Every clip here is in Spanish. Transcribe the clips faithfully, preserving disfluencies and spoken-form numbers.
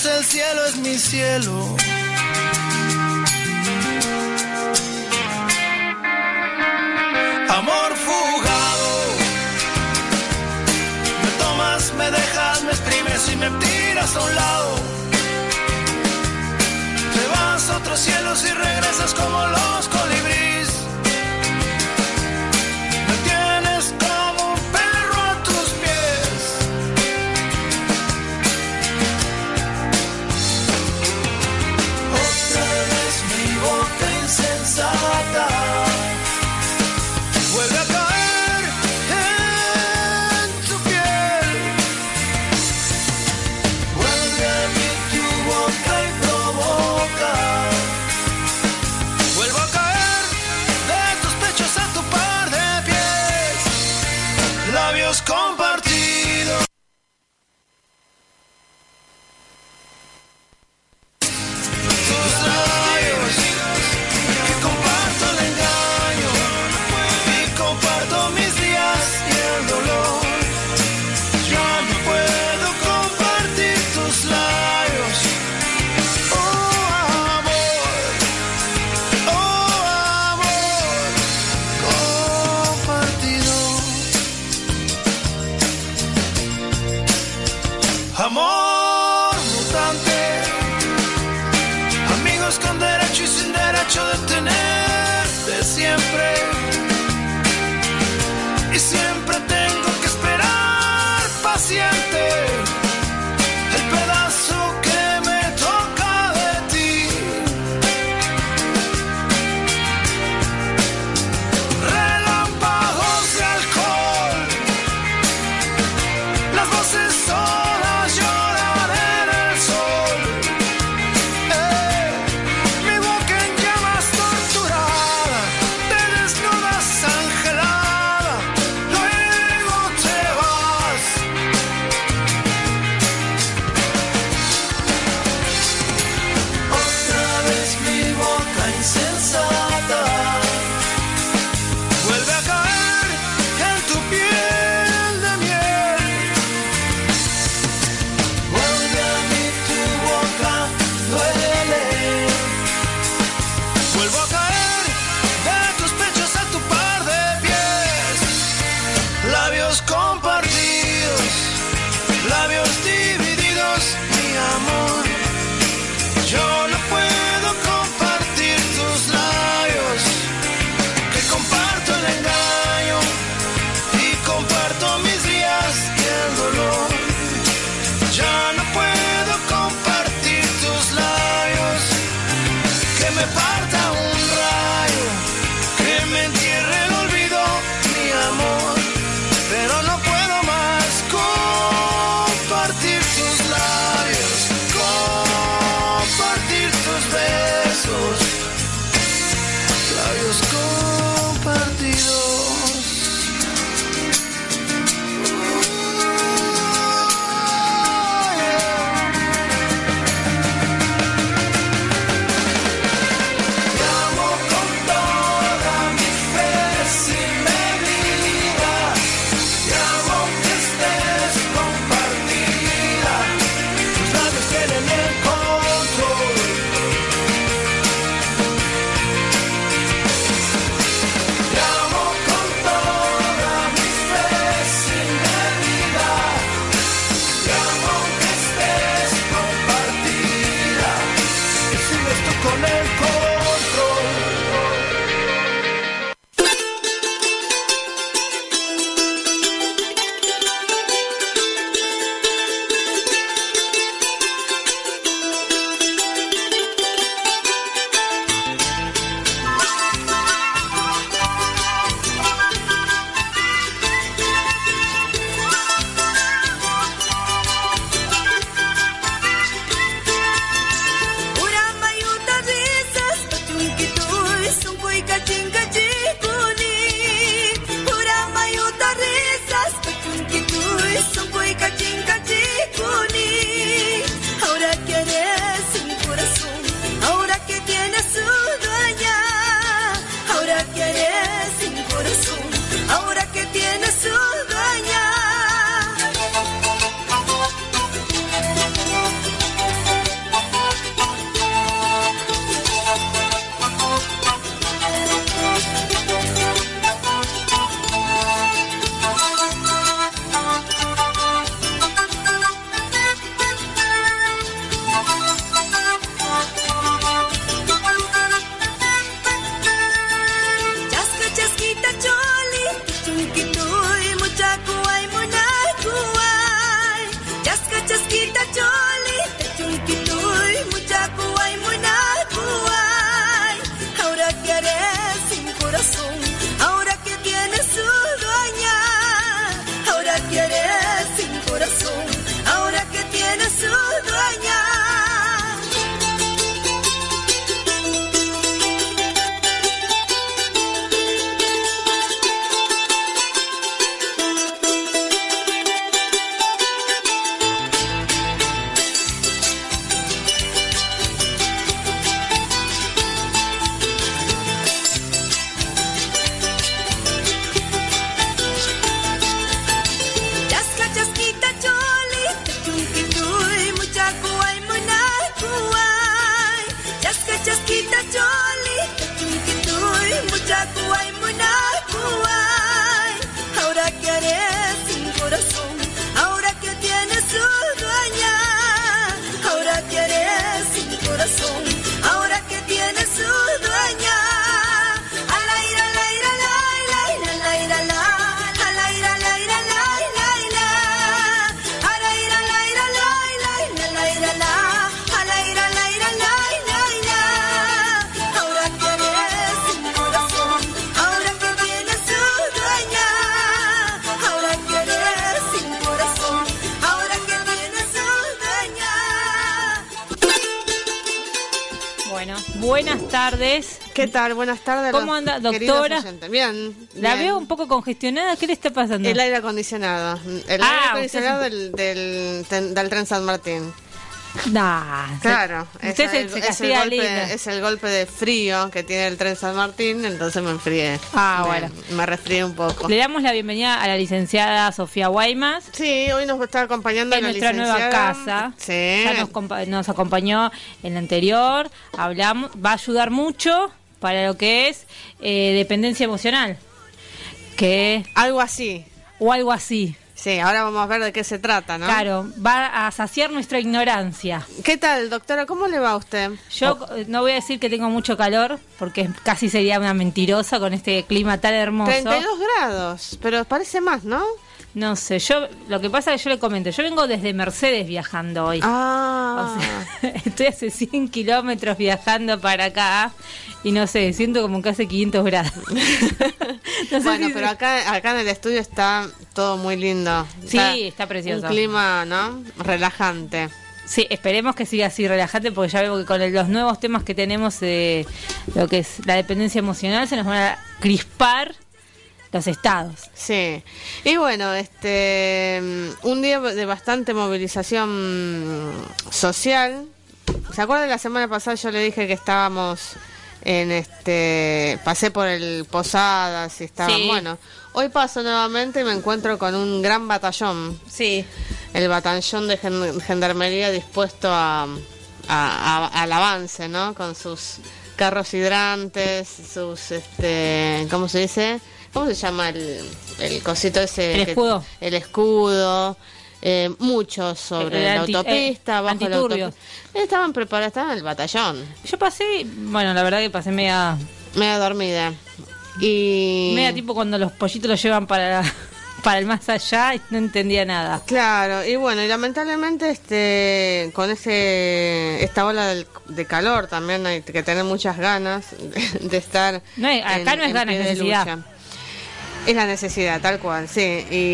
el cielo es mi cielo. Amor fugado, me tomas, me dejas, me exprimes y me tiras a un lado. Te vas a otros cielos y regresas como los colibríes. Me tienes como un perro a tus pies. Otra vez mi boca insensata vuelve a caer en tu piel. Vuelve a mí tu boca y provoca. Vuelvo a caer de tus pechos a tu par de pies. Labios compartidos. Tus labios que comparto el engaño. Y comparto mis días y el dolor. Ya no puedo compartir tus labios. Oh amor, oh amor compartido. Amor mutante, amigos con derecho y sin derecho de tenerte siempre. Y siempre tengo que esperar paciente el pedazo que me toca de ti. Relámpagos de alcohol, las voces solas lloran en el sol. Eh, mi boca en llamas torturada, te Bueno, buenas tardes. ¿Qué tal? Buenas tardes. ¿Cómo anda, doctora? Bien. La bien. veo un poco congestionada. ¿Qué le está pasando? El aire acondicionado. El Ah, aire acondicionado usted... del, del, del tren San Martín. Nah, Claro, se... usted es, se, el, se es, el golpe, es el golpe de frío que tiene el tren San Martín, entonces me enfrié. Ah, me, bueno. Me resfrié un poco. Le damos la bienvenida a la licenciada Sofía Guaymas. Sí, hoy nos está acompañando en la nuestra licenciada. nueva casa. Sí. Ya nos, nos acompañó en la anterior. Hablamos, va a ayudar mucho para lo que es eh, dependencia emocional. Que Algo así. O algo así. Sí, ahora vamos a ver de qué se trata, ¿no? Claro, va a saciar nuestra ignorancia. ¿Qué tal, doctora? ¿Cómo le va a usted? Yo oh. no voy a decir que tengo mucho calor, porque casi sería una mentirosa con este clima tan hermoso. treinta y dos grados, pero parece más, ¿no? No sé, yo lo que pasa es que yo le comento, yo vengo desde Mercedes viajando hoy. Ah. O sea, estoy hace cien kilómetros viajando para acá y no sé, siento como que hace quinientos grados. No sé bueno, si pero se... acá acá en el estudio está todo muy lindo. Sí, está, está precioso. Un clima, ¿no? Relajante. Sí, esperemos que siga así relajante, porque ya veo que con el, los nuevos temas que tenemos, eh, lo que es la dependencia emocional, se nos van a crispar los estados. Sí. Y bueno, este un día de bastante movilización social. ¿Se acuerdan la semana pasada yo le dije que estábamos en este pasé por el Posadas y estaban, sí. Bueno, hoy paso nuevamente y me encuentro con un gran batallón. Sí. El batallón de gen- gendarmería dispuesto a, a, a, al avance, ¿no? Con sus carros hidrantes, sus este, ¿cómo se dice? ¿Cómo se llama el, el cosito ese? El que, escudo. El escudo. Eh, muchos sobre el la anti, autopista, eh, bajo la antiturbios. autopista. Estaban preparados, estaban en el batallón. Yo pasé, bueno, la verdad que pasé media... Media dormida. Y... Media tipo cuando los pollitos los llevan para, para el más allá y no entendía nada. Claro, y bueno, y lamentablemente este con ese esta ola del, de calor también hay que tener muchas ganas de, de estar... No, acá en, no es ganas, es necesidad. Es la necesidad, tal cual, sí.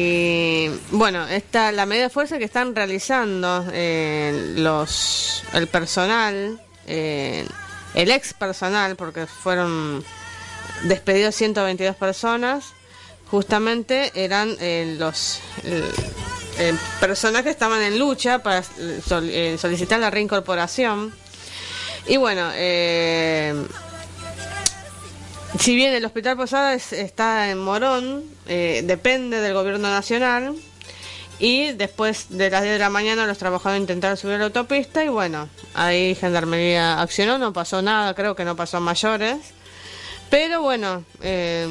Y bueno, esta, la medida de fuerza que están realizando eh, los el personal, eh, el ex personal, porque fueron despedidos ciento veintidós personas, justamente eran eh, los eh, eh, personas que estaban en lucha para sol, eh, solicitar la reincorporación. Y bueno, eh... si bien el Hospital Posadas está en Morón, eh, depende del gobierno nacional, y después de las diez de la mañana los trabajadores intentaron subir a la autopista y bueno, ahí Gendarmería accionó, no pasó nada, creo que no pasó a mayores, pero bueno, eh,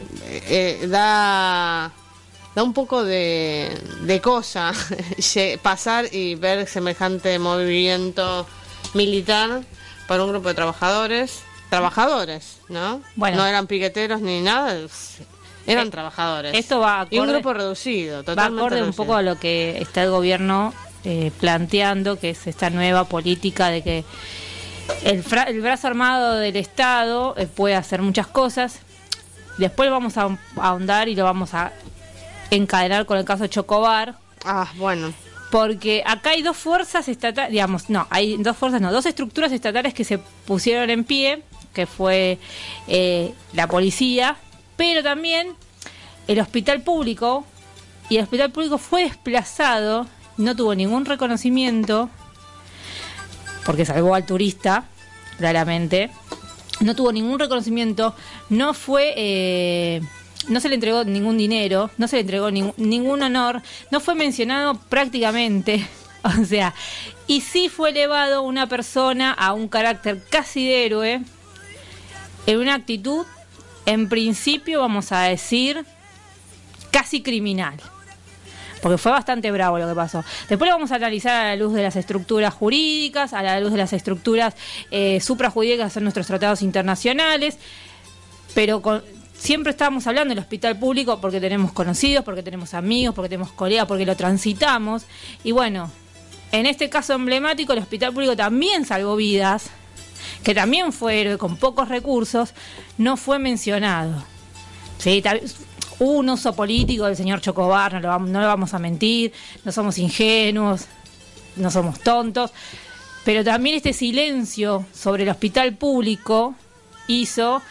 eh, da, da un poco de, de cosa pasar y ver semejante movimiento militar para un grupo de trabajadores. Trabajadores, ¿no? Bueno. No eran piqueteros ni nada, eran eh, trabajadores. Esto va acorde, y un grupo reducido, totalmente va acorde reducido. un poco a lo que está el gobierno eh, planteando, que es esta nueva política de que el, fra el brazo armado del Estado eh, puede hacer muchas cosas. Después vamos a, a ahondar y lo vamos a encadenar con el caso de Chocobar. Ah, bueno. Porque acá hay dos fuerzas estatales, digamos, no, hay dos fuerzas, no, dos estructuras estatales que se pusieron en pie, que fue eh, la policía, pero también el hospital público, y el hospital público fue desplazado, no tuvo ningún reconocimiento, porque salvó al turista, claramente, no tuvo ningún reconocimiento, no fue... Eh, no se le entregó ningún dinero, no se le entregó ning- ningún honor, no fue mencionado prácticamente, o sea, y sí fue elevado una persona a un carácter casi de héroe, en una actitud, en principio, vamos a decir, casi criminal. Porque fue bastante bravo lo que pasó. Después lo vamos a analizar a la luz de las estructuras jurídicas, a la luz de las estructuras eh, suprajurídicas, que son nuestros tratados internacionales, pero con... siempre estábamos hablando del hospital público porque tenemos conocidos, porque tenemos amigos, porque tenemos colegas, porque lo transitamos. Y bueno, en este caso emblemático, el hospital público también salvó vidas, que también fue héroe con pocos recursos, no fue mencionado. Sí, hubo un uso político del señor Chocobar, no lo, vamos, no lo vamos a mentir, no somos ingenuos, no somos tontos. Pero también este silencio sobre el hospital público hizo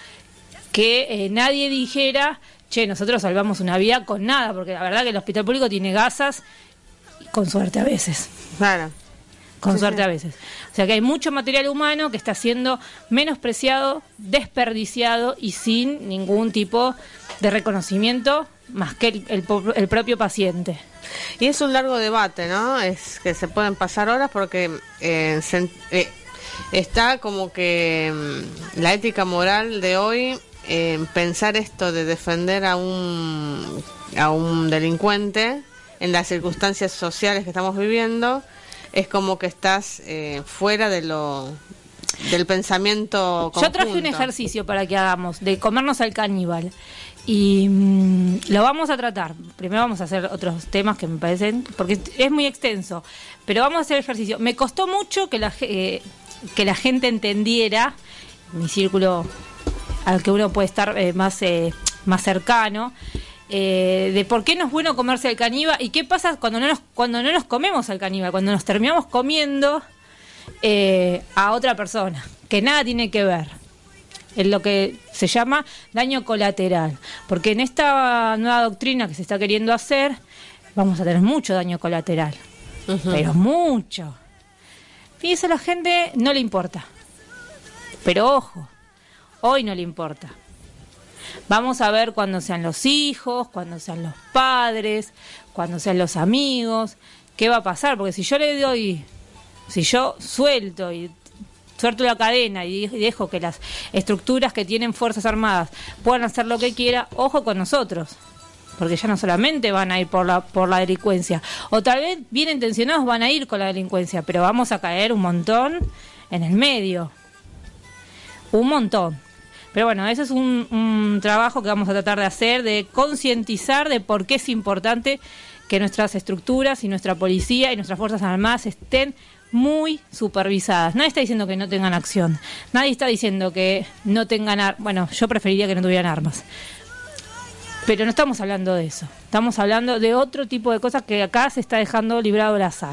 que eh, nadie dijera, che, nosotros salvamos una vida con nada, porque la verdad que el hospital público tiene gasas, con suerte a veces. Claro. Con Sí, suerte sí. a veces. O sea que hay mucho material humano que está siendo menospreciado, desperdiciado y sin ningún tipo de reconocimiento más que el, el, po- el propio paciente. Y es un largo debate, ¿no? Es que se pueden pasar horas porque eh, se- eh, está como que mm, la ética moral de hoy, eh, pensar esto de defender a un, a un delincuente en las circunstancias sociales que estamos viviendo, es como que estás eh, fuera de lo del pensamiento conjunto. Yo traje un ejercicio para que hagamos de comernos al caníbal y mm, lo vamos a tratar. Primero vamos a hacer otros temas que me parecen, porque es muy extenso, pero vamos a hacer el ejercicio. Me costó mucho que la, ge- eh, que la gente entendiera, mi círculo al que uno puede estar eh, más, eh, más cercano, Eh, de por qué no es bueno comerse al caníbal y qué pasa cuando no nos, cuando no nos comemos al caníbal, cuando nos terminamos comiendo eh, a otra persona, que nada tiene que ver. Es lo que se llama daño colateral, porque en esta nueva doctrina que se está queriendo hacer, vamos a tener mucho daño colateral, Ujú. pero mucho. Y eso a la gente no le importa. Pero ojo, hoy no le importa. Vamos a ver cuando sean los hijos, cuando sean los padres, cuando sean los amigos, qué va a pasar, porque si yo le doy, si yo suelto y suelto la cadena y dejo que las estructuras que tienen Fuerzas Armadas puedan hacer lo que quiera, ojo con nosotros, porque ya no solamente van a ir por la por la delincuencia, o tal vez bien intencionados van a ir con la delincuencia, pero vamos a caer un montón en el medio, un montón. Pero bueno, eso es un, un trabajo que vamos a tratar de hacer, de concientizar de por qué es importante que nuestras estructuras y nuestra policía y nuestras Fuerzas Armadas estén muy supervisadas. Nadie está diciendo que no tengan acción, nadie está diciendo que no tengan armas. Bueno, yo preferiría que no tuvieran armas, pero no estamos hablando de eso, estamos hablando de otro tipo de cosas que acá se está dejando librado al azar.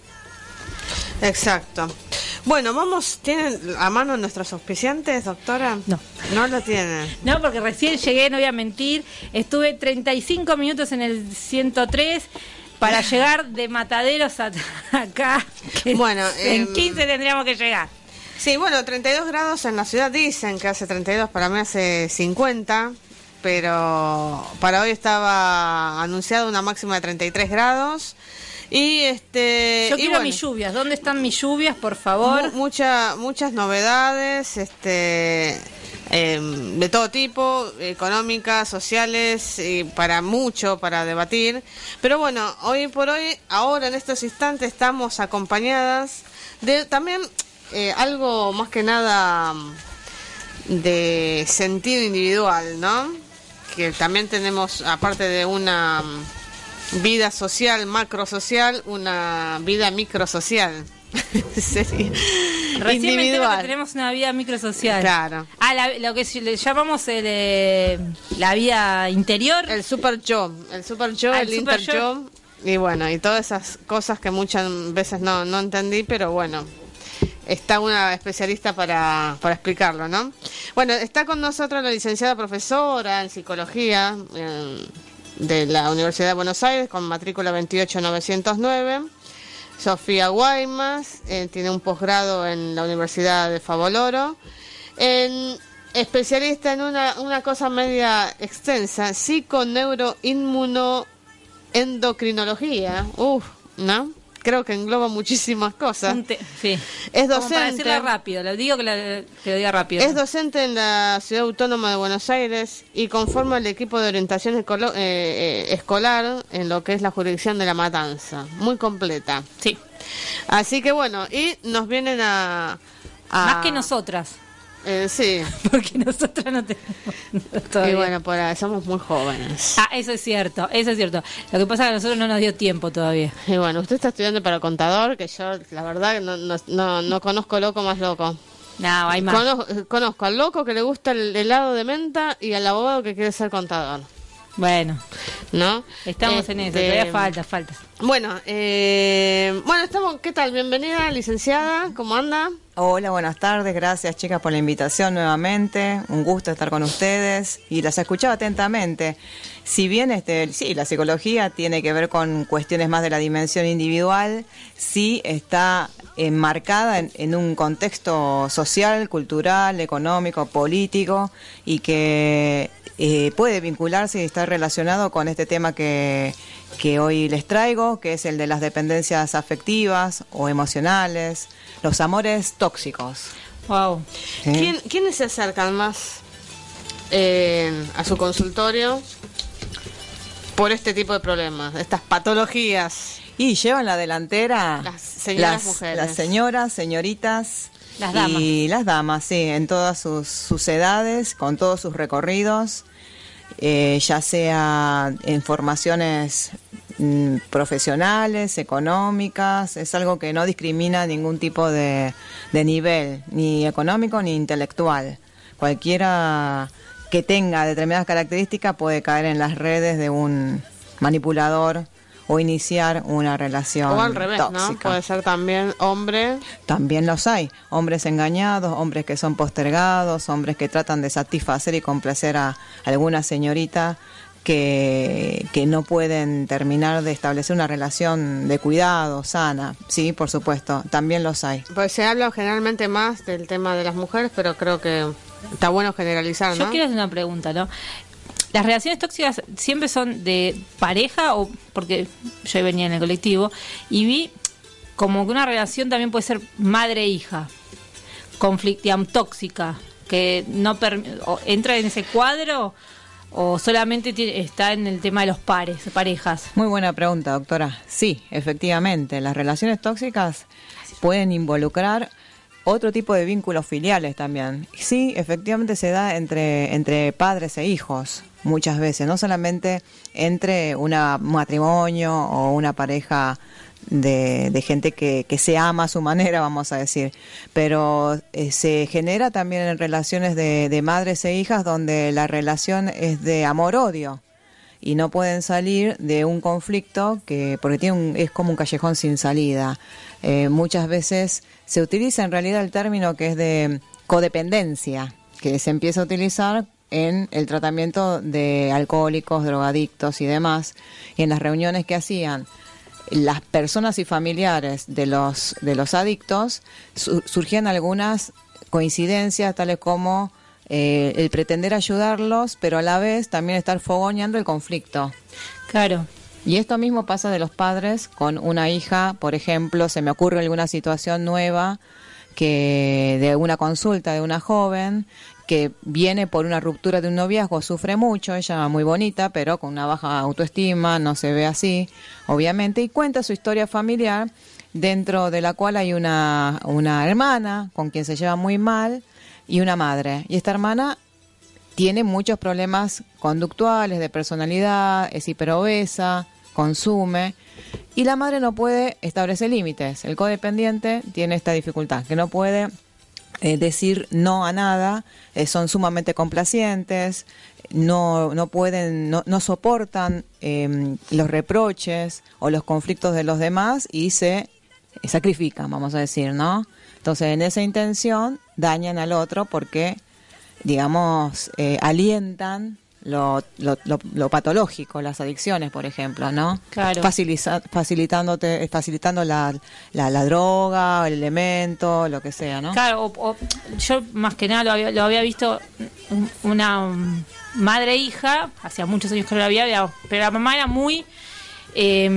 Exacto. Bueno, vamos, ¿tienen a mano nuestros auspiciantes, doctora? No. No lo tienen. No, porque recién llegué, no voy a mentir, estuve treinta y cinco minutos en el ciento tres para llegar de Mataderos a acá. que Bueno, en em, quince tendríamos que llegar. Sí, bueno, treinta y dos grados en la ciudad, dicen que hace treinta y dos, para mí hace cincuenta, pero para hoy estaba anunciada una máxima de treinta y tres grados. Y este Yo y quiero bueno, mis lluvias. ¿Dónde están mis lluvias, por favor? mu- mucha, muchas novedades, este em, de todo tipo, económicas, sociales, y para mucho para debatir. Pero bueno, hoy por hoy, ahora en estos instantes estamos acompañadas de también eh, algo más que nada de sentido individual, ¿no? Que también tenemos, aparte de una vida social, macrosocial, una vida microsocial. Sería Recién me entero que individual. tenemos una vida microsocial. Claro. Ah, la- lo que si- le llamamos el, eh, la vida interior. El super yo, el super yo, Ah, el, el super inter yo, y bueno, y todas esas cosas que muchas veces no, no entendí, pero bueno, está una especialista para, para explicarlo, ¿no? Bueno, está con nosotros la licenciada profesora en psicología eh, de la Universidad de Buenos Aires, con matrícula veintiocho mil novecientos nueve, Sofía Guaymas, eh, tiene un posgrado en la Universidad de Favoloro, en, especialista en una, una cosa media extensa, psiconeuroinmunoendocrinología, uf, ¿no? Creo que engloba muchísimas cosas. Un te- sí. Es Como para docente. decirla rápido, lo digo que, la- que lo diga rápido. Es docente en la Ciudad Autónoma de Buenos Aires y conforma el equipo de orientación escolo- eh, eh, escolar en lo que es la jurisdicción de La Matanza. Muy completa. Sí. Así que bueno, y nos vienen a... a- Más que nosotras. eh, sí, Porque nosotras no tenemos todavía. y bueno, por ahí, somos muy jóvenes. Ah, eso es cierto, eso es cierto. Lo que pasa es que a nosotros no nos dio tiempo todavía. Y bueno, usted está estudiando para contador, que yo la verdad no, no, no, no conozco loco más loco. No, hay más. Conozco, conozco al loco que le gusta el helado de menta y al abogado que quiere ser contador. Bueno, ¿no? estamos Este, en eso, todavía falta, falta. Bueno, eh, bueno, estamos, ¿qué tal? Bienvenida, licenciada, ¿cómo anda? Hola, buenas tardes, gracias chicas por la invitación nuevamente, un gusto estar con ustedes y las escuchaba atentamente. Si bien este, sí, la psicología tiene que ver con cuestiones más de la dimensión individual, sí está enmarcada en, en un contexto social, cultural, económico, político y que eh, puede vincularse y estar relacionado con este tema que, que hoy les traigo, que es el de las dependencias afectivas o emocionales, los amores tóxicos. Wow. ¿Sí? ¿Quién, ¿Quiénes se acercan más eh, a su consultorio por este tipo de problemas, estas patologías? Y llevan la delantera Las señoras las, mujeres. las señoras, señoritas Las damas. y las damas, sí, en todas sus, sus edades, con todos sus recorridos, eh, ya sea en formaciones mm, profesionales, económicas, es algo que no discrimina ningún tipo de, de nivel, ni económico ni intelectual. Cualquiera que tenga determinadas características puede caer en las redes de un manipulador o iniciar una relación O al revés, tóxica. ¿no? Puede ser también hombre. También los hay, hombres engañados, hombres que son postergados, hombres que tratan de satisfacer y complacer a alguna señorita que, que no pueden terminar de establecer una relación de cuidado sana, sí, por supuesto, también los hay. Pues se habla generalmente más del tema de las mujeres, pero creo que está bueno generalizar, ¿no? Yo quiero hacer una pregunta, ¿no? ¿Las relaciones tóxicas siempre son de pareja o...? Porque yo venía en el colectivo y vi como que una relación también puede ser madre-hija, conflictiva, tóxica, que no per, o entra en ese cuadro o solamente tiene, está en el tema de los pares, parejas. Muy buena pregunta, doctora. Sí, efectivamente, las relaciones tóxicas pueden involucrar otro tipo de vínculos filiales también. Sí, efectivamente se da entre, entre padres e hijos, muchas veces, no solamente entre un matrimonio o una pareja de, de gente que, que se ama a su manera, vamos a decir, pero eh, se genera también en relaciones de, de madres e hijas donde la relación es de amor-odio y no pueden salir de un conflicto que porque tiene un, es como un callejón sin salida. Eh, muchas veces se utiliza en realidad el término que es de codependencia, que se empieza a utilizar en el tratamiento de alcohólicos, drogadictos y demás, y en las reuniones que hacían las personas y familiares de los de los adictos su, surgían algunas coincidencias tales como eh, el pretender ayudarlos, pero a la vez también estar fogoneando el conflicto. Claro. Y esto mismo pasa de los padres con una hija, por ejemplo, se me ocurre alguna situación nueva que de una consulta de una joven que viene por una ruptura de un noviazgo, sufre mucho, ella muy bonita, pero con una baja autoestima, no se ve así, obviamente, y cuenta su historia familiar, dentro de la cual hay una, una hermana con quien se lleva muy mal y una madre. Y esta hermana tiene muchos problemas conductuales, de personalidad, es hiperobesa, consume, y la madre no puede establecer límites. El codependiente tiene esta dificultad, que no puede eh, decir no a nada, eh, son sumamente complacientes, no, no pueden, no, no soportan eh, los reproches o los conflictos de los demás y se sacrifican, vamos a decir, ¿no? Entonces, en esa intención, dañan al otro porque, digamos, eh, alientan Lo, lo, lo, lo patológico, las adicciones, por ejemplo, ¿no? Claro. Faciliza, facilitándote, facilitando la, la, la droga, el elemento, lo que sea, ¿no? Claro, o, o, yo más que nada lo había, lo había visto una um, madre e hija, hacía muchos años que no la había, pero la mamá era muy eh,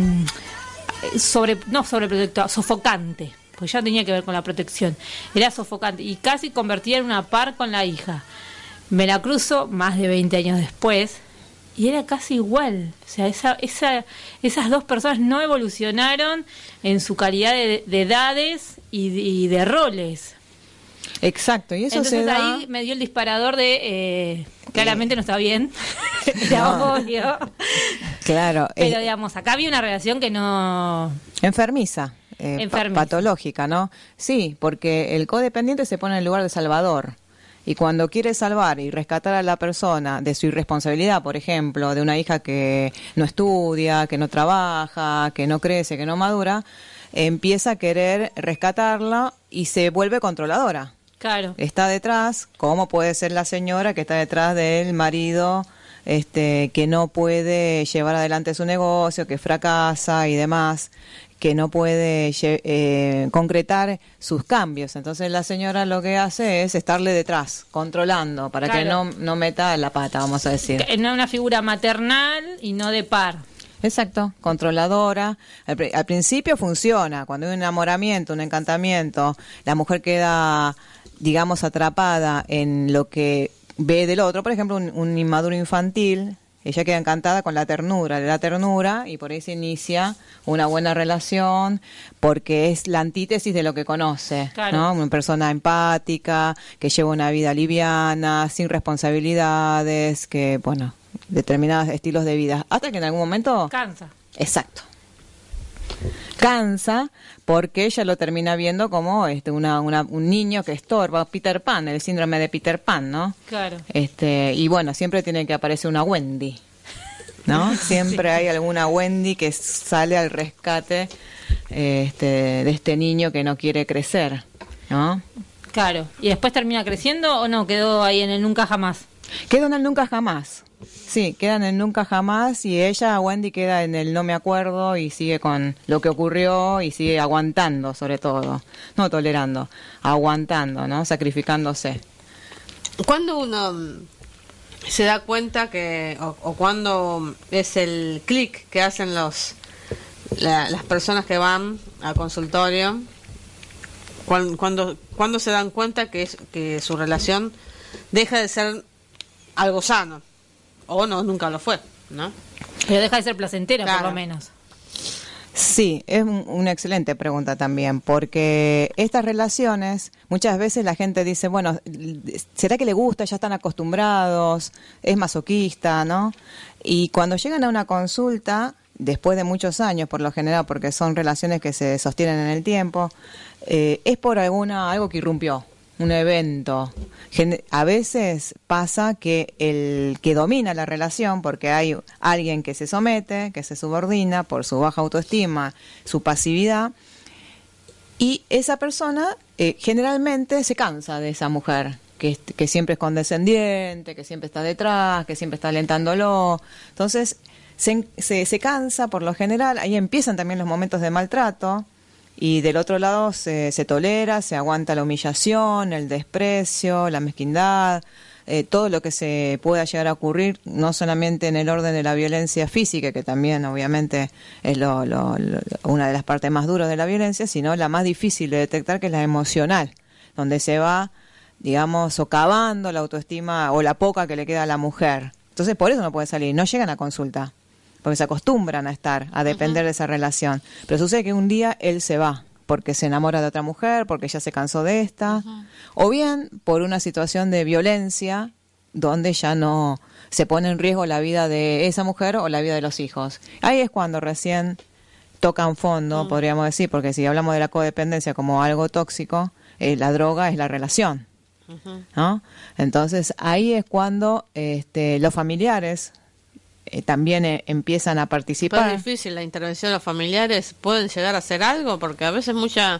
sobre, no sobreprotectora, sofocante, porque ya no tenía que ver con la protección, era sofocante y casi convertida en una par con la hija. Me la cruzo más de veinte años después y era casi igual. O sea, esa, esa, esas dos personas no evolucionaron en su calidad de, de edades y de, y de roles. Exacto, y eso Entonces se da... ahí me dio el disparador de eh, claramente no está bien. Era No. obvio. Claro. Pero eh, digamos, acá había una relación que no... enfermiza. Eh, Enfermiza. pa- patológica, ¿no? Sí, porque el codependiente se pone en el lugar de salvador. Y cuando quiere salvar y rescatar a la persona de su irresponsabilidad, por ejemplo, de una hija que no estudia, que no trabaja, que no crece, que no madura, empieza a querer rescatarla y se vuelve controladora. Claro. Está detrás, como puede ser la señora que está detrás del marido este, que no puede llevar adelante su negocio, que fracasa y demás, que no puede eh, concretar sus cambios. Entonces la señora lo que hace es estarle detrás, controlando, para claro. que no, no meta la pata, vamos a decir. Que no es una figura maternal y no de par. Exacto, controladora. Al, al principio funciona, cuando hay un enamoramiento, un encantamiento, la mujer queda, digamos, atrapada en lo que ve del otro. Por ejemplo, un, un inmaduro infantil, ella queda encantada con la ternura, de la ternura, y por ahí se inicia una buena relación, porque es la antítesis de lo que conoce, claro. ¿no? Una persona empática, que lleva una vida liviana, sin responsabilidades, que, bueno, determinados estilos de vida, hasta que en algún momento... Cansa. Exacto. Cansa porque ella lo termina viendo como este una, una un niño que estorba, Peter Pan, el síndrome de Peter Pan, ¿no? Claro. Este, y bueno, siempre tiene que aparecer una Wendy, ¿no? Siempre sí. hay alguna Wendy que sale al rescate este, de este niño que no quiere crecer, ¿no? Claro. ¿Y después termina creciendo o no? Quedó ahí en el nunca jamás. Queda en el nunca jamás. Sí, queda en el nunca jamás, y ella, Wendy, queda en el no me acuerdo y sigue con lo que ocurrió y sigue aguantando, sobre todo, no tolerando, aguantando, ¿no? Sacrificándose. ¿Cuándo uno se da cuenta que, o, o cuándo es el clic que hacen los la, las personas que van al consultorio? Cuando, cuando, cuando se dan cuenta que, es, que su relación deja de ser algo sano, o no, nunca lo fue, ¿no? Pero deja de ser placentera, Claro. por lo menos. Sí, es un- una excelente pregunta también, porque estas relaciones, muchas veces la gente dice, bueno, ¿será que le gusta? Ya están acostumbrados, es masoquista, ¿no? Y cuando llegan a una consulta, después de muchos años, por lo general, porque son relaciones que se sostienen en el tiempo, eh, es por alguna algo que irrumpió, un evento. Gen- A veces pasa que el que domina la relación, porque hay alguien que se somete, que se subordina por su baja autoestima, su pasividad, y esa persona eh, generalmente se cansa de esa mujer, que, es- que siempre es condescendiente, que siempre está detrás, que siempre está alentándolo. Entonces se, se, se cansa por lo general, ahí empiezan también los momentos de maltrato. Y del otro lado se, se tolera, se aguanta la humillación, el desprecio, la mezquindad, eh, todo lo que se pueda llegar a ocurrir, no solamente en el orden de la violencia física, que también obviamente es lo, lo, lo- una de las partes más duras de la violencia, sino la más difícil de detectar, que es la emocional, donde se va, digamos, socavando la autoestima o la poca que le queda a la mujer. Entonces por eso no puede salir, no llegan a consulta, porque se acostumbran a estar, a depender uh-huh. de esa relación. Pero sucede que un día él se va, porque se enamora de otra mujer, porque ya se cansó de esta, uh-huh. o bien por una situación de violencia, donde ya no se pone en riesgo la vida de esa mujer o la vida de los hijos. Ahí es cuando recién tocan fondo, uh-huh. podríamos decir, porque si hablamos de la codependencia como algo tóxico, eh, la droga es la relación, uh-huh. ¿no? Entonces ahí es cuando este, los familiares Eh, también eh, empiezan a participar. Pero es difícil la intervención de los familiares, pueden llegar a hacer algo, porque a veces mucha,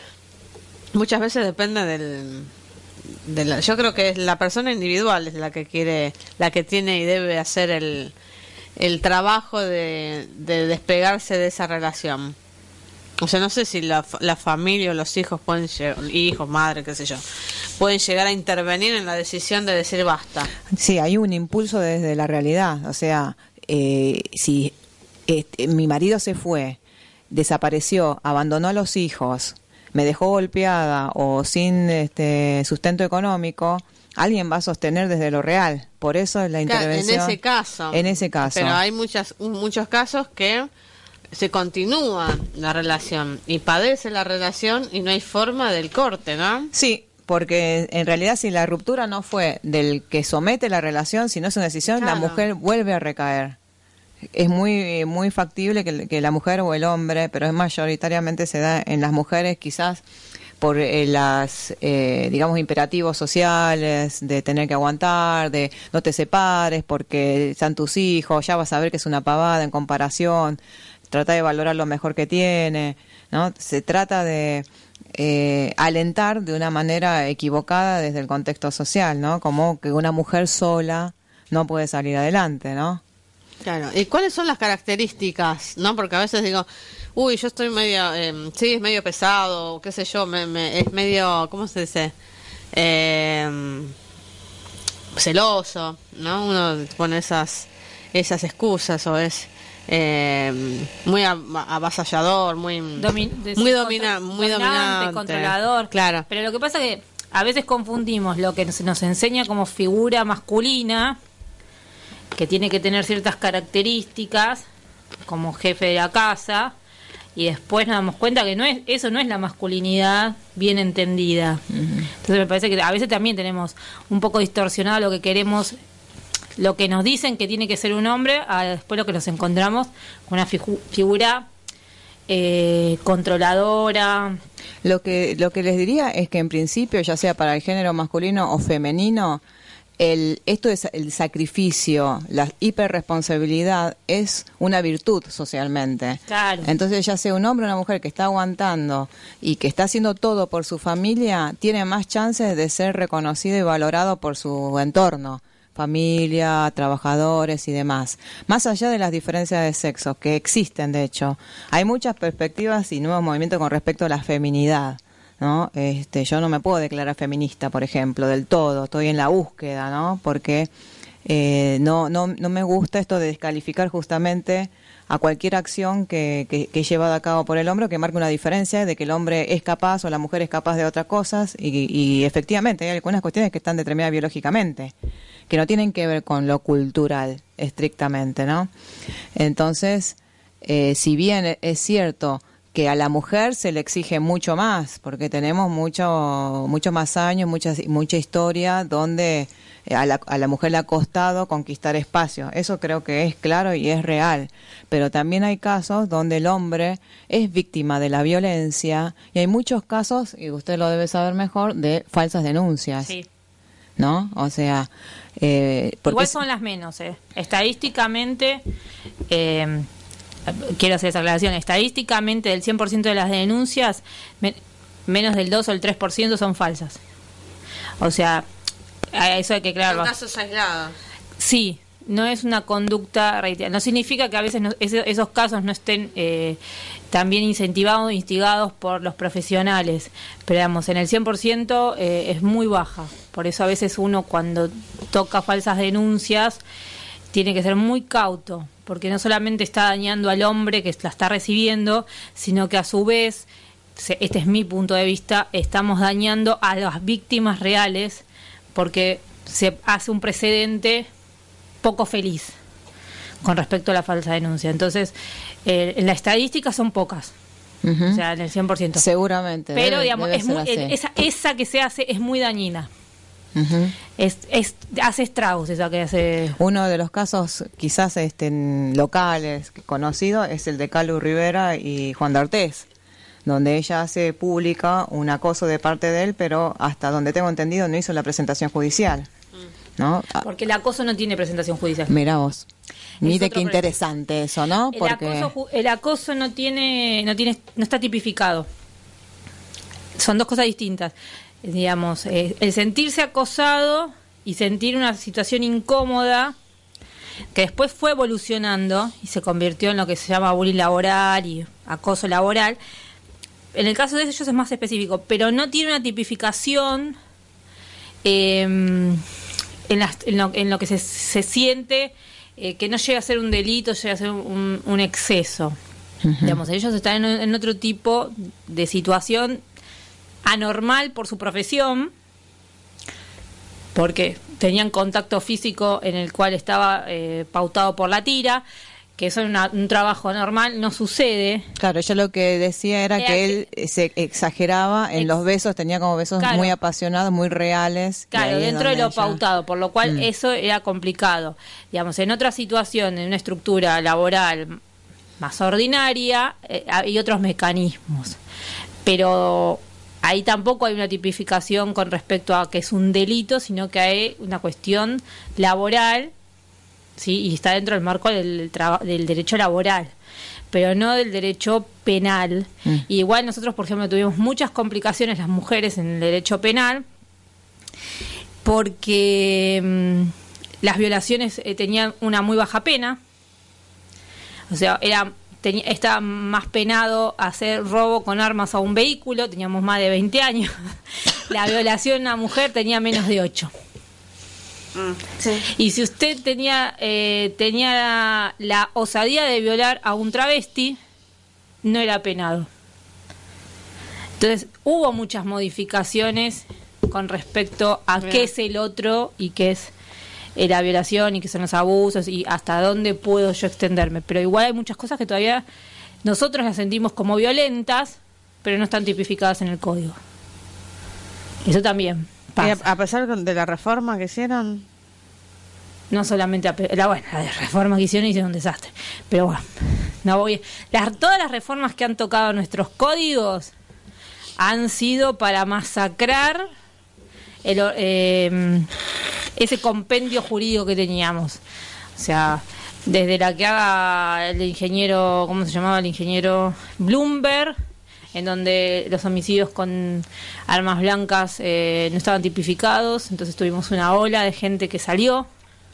muchas veces depende del, de la, yo creo que es la persona individual es la que quiere, la que tiene y debe hacer el, el trabajo de, de despegarse de esa relación. O sea, no sé si la, la familia o los hijos pueden llegar, hijos, madre, qué sé yo, pueden llegar a intervenir en la decisión de decir basta. Sí, hay un impulso desde la realidad. O sea, eh, si este, mi marido se fue, desapareció, abandonó a los hijos, me dejó golpeada o sin este, sustento económico, alguien va a sostener desde lo real. Por eso es la intervención. En ese caso. En ese caso. Pero hay muchas, muchos casos que se continúa la relación y padece la relación y no hay forma del corte, ¿no? Sí, porque en realidad si la ruptura no fue del que somete la relación, si no es una decisión, Claro. la mujer vuelve a recaer. Es muy muy factible que, que la mujer o el hombre, pero es mayoritariamente se da en las mujeres, quizás por eh, las, eh, digamos, imperativos sociales de tener que aguantar, de no te separes porque están tus hijos, ya vas a ver que es una pavada en comparación, trata de valorar lo mejor que tiene, ¿no? Se trata de eh, alentar de una manera equivocada desde el contexto social, ¿no? Como que una mujer sola no puede salir adelante, ¿no? Claro, ¿y cuáles son las características? ¿No? Porque a veces digo, uy, yo estoy medio, eh, sí, es medio pesado, qué sé yo, me, me, es medio, ¿cómo se dice? Eh, celoso, ¿no? Uno pone esas, esas excusas o es eh, muy avasallador, muy, Domi de, muy, domina muy dominante, dominante, controlador. Claro. Pero lo que pasa es que a veces confundimos lo que se nos enseña como figura masculina, que tiene que tener ciertas características como jefe de la casa, y después nos damos cuenta que no es eso no es la masculinidad bien entendida. Uh-huh. Entonces me parece que a veces también tenemos un poco distorsionado lo que queremos, lo que nos dicen que tiene que ser un hombre, a después lo que nos encontramos con una figu figura eh, controladora. Lo que lo que les diría es que en principio, ya sea para el género masculino o femenino, El, esto es el sacrificio, la hiperresponsabilidad es una virtud socialmente. Claro. Entonces, ya sea un hombre o una mujer que está aguantando y que está haciendo todo por su familia, tiene más chances de ser reconocido y valorado por su entorno, familia, trabajadores y demás. Más allá de las diferencias de sexo que existen, de hecho, hay muchas perspectivas y nuevos movimientos con respecto a la feminidad, ¿no? Este, yo no me puedo declarar feminista, por ejemplo, del todo, estoy en la búsqueda, ¿no? Porque eh, no, no, no me gusta esto de descalificar justamente a cualquier acción que, que, que es llevada a cabo por el hombre, que marque una diferencia de que el hombre es capaz o la mujer es capaz de otras cosas, y, y efectivamente hay algunas cuestiones que están determinadas biológicamente, que no tienen que ver con lo cultural estrictamente, ¿no? Entonces, eh, si bien es cierto que a la mujer se le exige mucho más, porque tenemos mucho mucho más años, mucha, mucha historia donde a la, a la mujer le ha costado conquistar espacios. Eso creo que es claro y es real. Pero también hay casos donde el hombre es víctima de la violencia, y hay muchos casos, y usted lo debe saber mejor, de falsas denuncias. Sí. ¿No? O sea... Eh, porque igual son las menos, ¿eh? Estadísticamente... Eh, quiero hacer esa aclaración, estadísticamente del cien por ciento de las denuncias, me, menos del dos o el tres por ciento son falsas. O sea, a eso hay que aclararlo. Son casos aislados. Sí, no es una conducta reiterada. No significa que a veces no, ese, esos casos no estén eh, también incentivados, instigados por los profesionales. Pero digamos, en el cien por ciento eh, es muy baja. Por eso a veces uno cuando toca falsas denuncias tiene que ser muy cauto, porque no solamente está dañando al hombre que la está recibiendo, sino que a su vez, este es mi punto de vista, estamos dañando a las víctimas reales, porque se hace un precedente poco feliz con respecto a la falsa denuncia. Entonces, eh, en la estadística son pocas, uh-huh. O sea, en el cien por ciento. Seguramente. Pero, debe, digamos, debe es muy, esa, esa que se hace es muy dañina. Uh-huh. Es, es, hace estragos esa que hace. Uno de los casos quizás este, locales conocidos es el de Calu Rivera y Juan D'Artés, donde ella hace pública un acoso de parte de él, pero hasta donde tengo entendido no hizo la presentación judicial, ¿no? Porque el acoso no tiene presentación judicial. Mira vos, mire qué proceso. interesante eso, ¿no? El, Porque acoso, el acoso no tiene, no tiene, no está tipificado. Son dos cosas distintas. Digamos, eh, el sentirse acosado y sentir una situación incómoda, que después fue evolucionando y se convirtió en lo que se llama bullying laboral y acoso laboral. En el caso de ellos es más específico, pero no tiene una tipificación eh, en, las, en, lo, en lo que se, se siente eh, que no llega a ser un delito, llega a ser un, un exceso. Uh-huh. Digamos, ellos están en, en otro tipo de situación anormal por su profesión, porque tenían contacto físico en el cual estaba eh, pautado por la tira, que eso es una, un trabajo normal, no sucede. Claro, ella lo que decía era, era que, que él se exageraba en ex los besos, tenía como besos claro, muy apasionados, muy reales. Claro, dentro de lo ella... pautado, por lo cual mm. eso era complicado. Digamos, en otra situación, en una estructura laboral más ordinaria, eh, hay otros mecanismos. Pero ahí tampoco hay una tipificación con respecto a que es un delito, sino que hay una cuestión laboral, sí, y está dentro del marco del, traba- del derecho laboral, pero no del derecho penal. Mm. Y igual nosotros, por ejemplo, tuvimos muchas complicaciones las mujeres en el derecho penal, porque mmm, las violaciones eh, tenían una muy baja pena, o sea, era tenía, estaba más penado hacer robo con armas a un vehículo, teníamos más de veinte años, la violación a una mujer tenía menos de ocho. Mm, sí. Y si usted tenía eh, tenía la, la osadía de violar a un travesti, no era penado. Entonces hubo muchas modificaciones con respecto a Bien. qué es el otro y qué es eh, la violación y qué son los abusos y hasta dónde puedo yo extenderme. Pero igual hay muchas cosas que todavía nosotros las sentimos como violentas, pero no están tipificadas en el código. Eso también pasa. ¿Y a, a pesar de la reforma que hicieron? No solamente a, la bueno, la reforma que hicieron hicieron un desastre. Pero bueno, no voy. Las, todas las reformas que han tocado nuestros códigos han sido para masacrar el, eh, ese compendio jurídico que teníamos. O sea, desde la que haga el ingeniero, ¿cómo se llamaba? El ingeniero Bloomberg, en donde los homicidios con armas blancas eh, no estaban tipificados, entonces tuvimos una ola de gente que salió,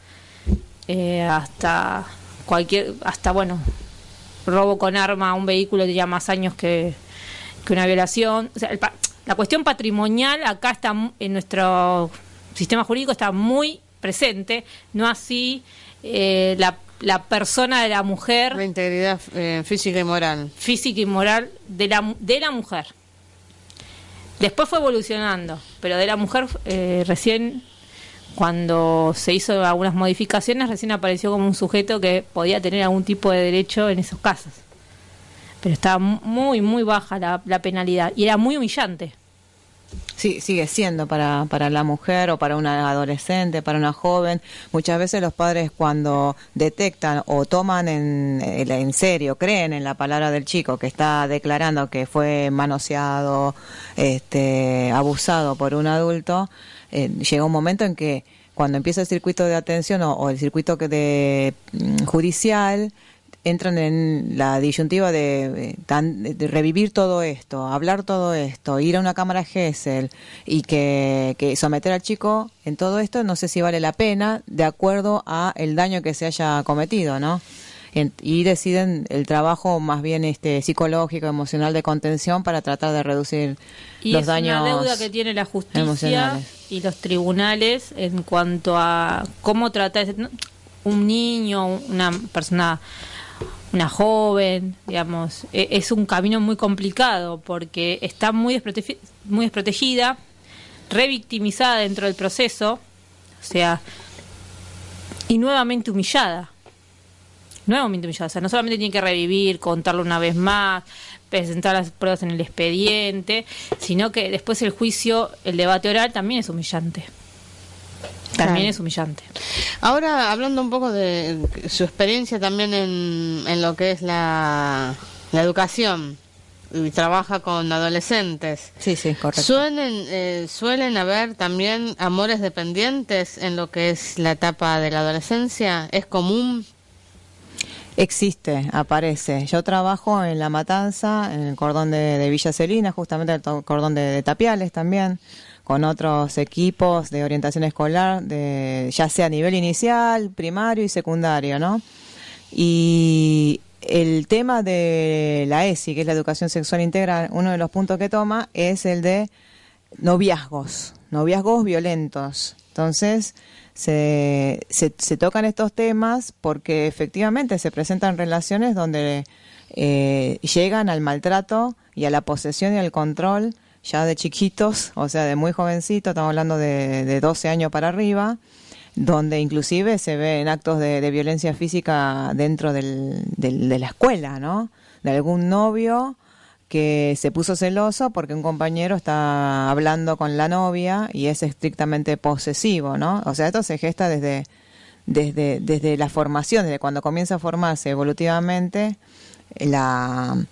eh, hasta cualquier, hasta bueno, robo con arma a un vehículo tenía más años que, que una violación. O sea, el, la cuestión patrimonial acá está en nuestro sistema jurídico está muy presente, no así eh, la la persona de la mujer, la integridad eh, física y moral física y moral de la de la mujer. Después fue evolucionando, pero de la mujer eh, recién, cuando se hizo algunas modificaciones, recién apareció como un sujeto que podía tener algún tipo de derecho en esos casos, pero estaba muy muy baja la, la penalidad y era muy humillante. Sí, sigue siendo para, para la mujer o para una adolescente, para una joven. Muchas veces los padres, cuando detectan o toman en, en serio, creen en la palabra del chico que está declarando que fue manoseado, este, abusado por un adulto, eh, llega un momento en que cuando empieza el circuito de atención o, o el circuito que de, mm, judicial, entran en la disyuntiva de, de, de revivir todo esto, hablar todo esto, ir a una cámara Gesell y que, que someter al chico en todo esto, no sé si vale la pena de acuerdo a el daño que se haya cometido, ¿no? En, y deciden el trabajo más bien este psicológico, emocional de contención para tratar de reducir y los daños. Y es una deuda que tiene la justicia y los tribunales en cuanto a cómo tratar un niño, una persona, una joven, digamos, es un camino muy complicado porque está muy, desprotegi- muy desprotegida, revictimizada dentro del proceso, o sea, y nuevamente humillada. Nuevamente humillada, o sea, no solamente tiene que revivir, contarlo una vez más, presentar las pruebas en el expediente, sino que después el juicio, el debate oral también es humillante. También claro. Es humillante. Ahora, hablando un poco de su experiencia también en, en lo que es la, la educación, y trabaja con adolescentes. Sí, sí, correcto. ¿Suelen, eh, ¿Suelen haber también amores dependientes en lo que es la etapa de la adolescencia? ¿Es común? Existe, aparece. Yo trabajo en La Matanza, en el cordón de, de Villa Celina, justamente el cordón de, de Tapiales también, con otros equipos de orientación escolar, de ya sea a nivel inicial, primario y secundario, ¿no? Y el tema de la E S I, que es la educación sexual integral, uno de los puntos que toma es el de noviazgos, noviazgos violentos. Entonces, se, se, se tocan estos temas porque efectivamente se presentan relaciones donde eh, llegan al maltrato y a la posesión y al control ya de chiquitos, o sea, de muy jovencitos, estamos hablando de, de doce años para arriba, donde inclusive se ven actos de, de violencia física dentro del, del, de la escuela, ¿no? De algún novio que se puso celoso porque un compañero está hablando con la novia y es estrictamente posesivo, ¿no? O sea, esto se gesta desde, desde, desde la formación, desde cuando comienza a formarse evolutivamente la...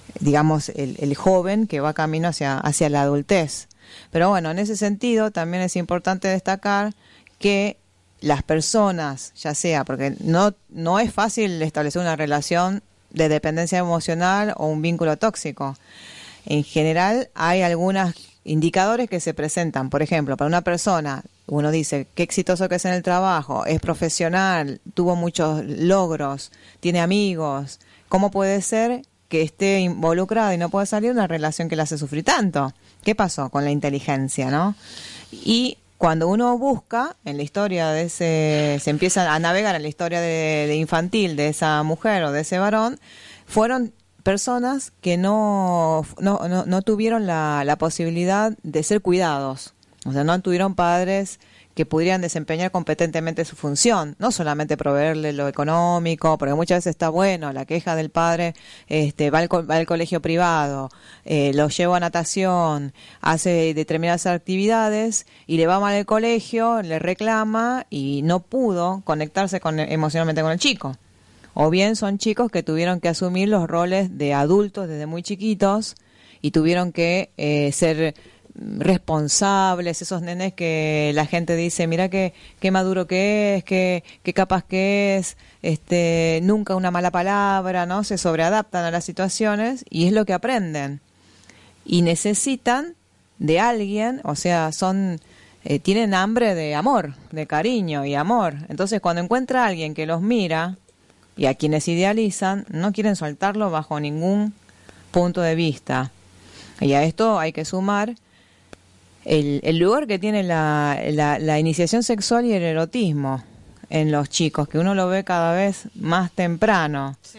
digamos, el, el joven que va camino hacia, hacia la adultez. Pero bueno, en ese sentido también es importante destacar que las personas, ya sea, porque no, no es fácil establecer una relación de dependencia emocional o un vínculo tóxico. En general hay algunos indicadores que se presentan. Por ejemplo, para una persona, uno dice qué exitoso que es en el trabajo, es profesional, tuvo muchos logros, tiene amigos. ¿Cómo puede ser que esté involucrada y no puede salir de una relación que le hace sufrir tanto? ¿Qué pasó con la inteligencia, no? Y cuando uno busca en la historia de ese, se empieza a navegar en la historia de, de infantil de esa mujer o de ese varón, fueron personas que no, no, no, no tuvieron la, la posibilidad de ser cuidados. O sea, no tuvieron padres que pudieran desempeñar competentemente su función, no solamente proveerle lo económico, porque muchas veces está bueno, la queja del padre, este, va al, co- va al colegio privado, eh, lo lleva a natación, hace determinadas actividades y le va mal el colegio, le reclama y no pudo conectarse con, emocionalmente con el chico. O bien son chicos que tuvieron que asumir los roles de adultos desde muy chiquitos y tuvieron que eh, ser responsables, esos nenes que la gente dice, mira qué, qué maduro que es, qué, qué capaz que es, este, nunca una mala palabra, ¿no? Se sobreadaptan a las situaciones y es lo que aprenden. Y necesitan de alguien, o sea, son, eh, tienen hambre de amor, de cariño y amor. Entonces, cuando encuentra a alguien que los mira y a quienes idealizan, no quieren soltarlo bajo ningún punto de vista. Y a esto hay que sumar El, el lugar que tiene la, la, la iniciación sexual y el erotismo en los chicos, que uno lo ve cada vez más temprano. Sí.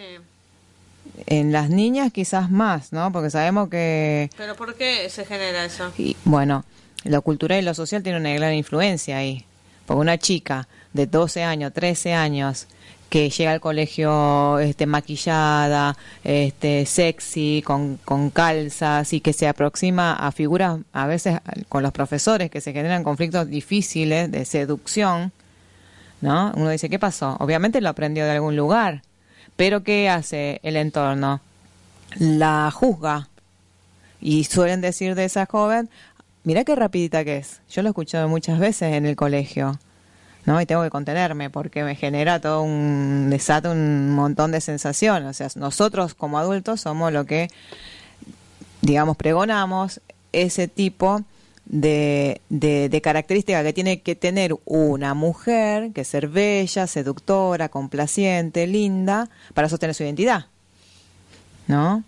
En las niñas quizás más, ¿no? Porque sabemos que... ¿Pero por qué se genera eso? Y, bueno, lo cultural y lo social tiene una gran influencia ahí. Porque una chica de doce años, trece años, que llega al colegio este, maquillada, este, sexy, con, con calzas y que se aproxima a figuras, a veces con los profesores, que se generan conflictos difíciles de seducción, ¿no? Uno dice, ¿qué pasó? Obviamente lo aprendió de algún lugar, pero ¿qué hace el entorno? La juzga. Y suelen decir de esa joven, mira qué rapidita que es. Yo lo he escuchado muchas veces en el colegio, ¿no? Y tengo que contenerme porque me genera todo un desata un montón de sensaciones. O sea, nosotros como adultos somos lo que, digamos, pregonamos ese tipo de, de, de característica que tiene que tener una mujer, que ser bella, seductora, complaciente, linda, para sostener su identidad, ¿no?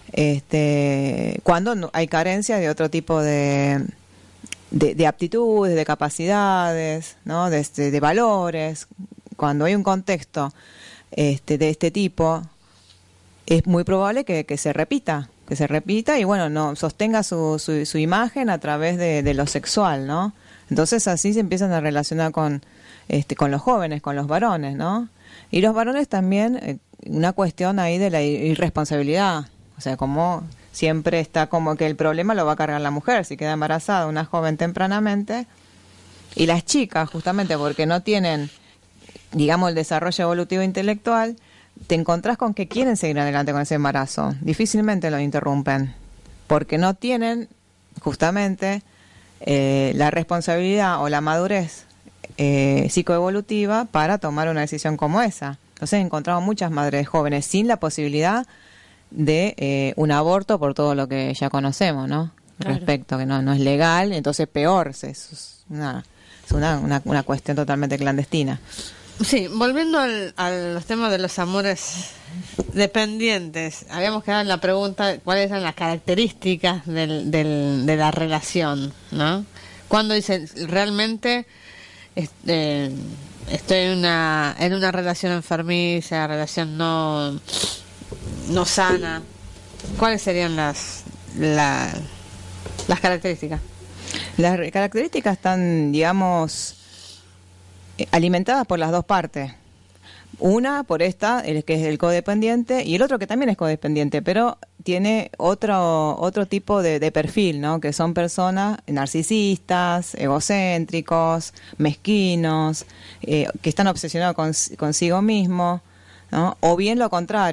Este, cuando no, hay carencia de otro tipo de De, de aptitudes, de capacidades, ¿no? de, este, de valores. Cuando hay un contexto este, de este tipo, es muy probable que, que se repita, que se repita y bueno, no sostenga su, su, su imagen a través de, de lo sexual, ¿no? Entonces así se empiezan a relacionar con, este, con los jóvenes, con los varones, ¿no? Y los varones también, eh, una cuestión ahí de la irresponsabilidad, o sea, como siempre está como que el problema lo va a cargar la mujer si queda embarazada una joven tempranamente, y las chicas justamente porque no tienen, digamos, el desarrollo evolutivo intelectual, te encontrás con que quieren seguir adelante con ese embarazo, difícilmente lo interrumpen porque no tienen justamente eh, la responsabilidad o la madurez eh, psicoevolutiva para tomar una decisión como esa. Entonces he encontrado muchas madres jóvenes sin la posibilidad de eh, un aborto por todo lo que ya conocemos, ¿no? Claro. Respecto que no no es legal, entonces peor, es, es una es una, una, una cuestión totalmente clandestina. Sí, volviendo al, a los temas de los amores dependientes, habíamos quedado en la pregunta cuáles eran las características del, del, de la relación, ¿no? Cuando dicen realmente este, estoy en una en una relación enfermiza, relación no no sana, ¿cuáles serían las la, las características? Las características están, digamos, alimentadas por las dos partes. Una por esta, el que es el codependiente, y el otro que también es codependiente, pero tiene otro otro tipo de, de perfil, ¿no? Que son personas narcisistas, egocéntricos, mezquinos, eh, que están obsesionados con, consigo mismos, ¿no? O bien lo contrario,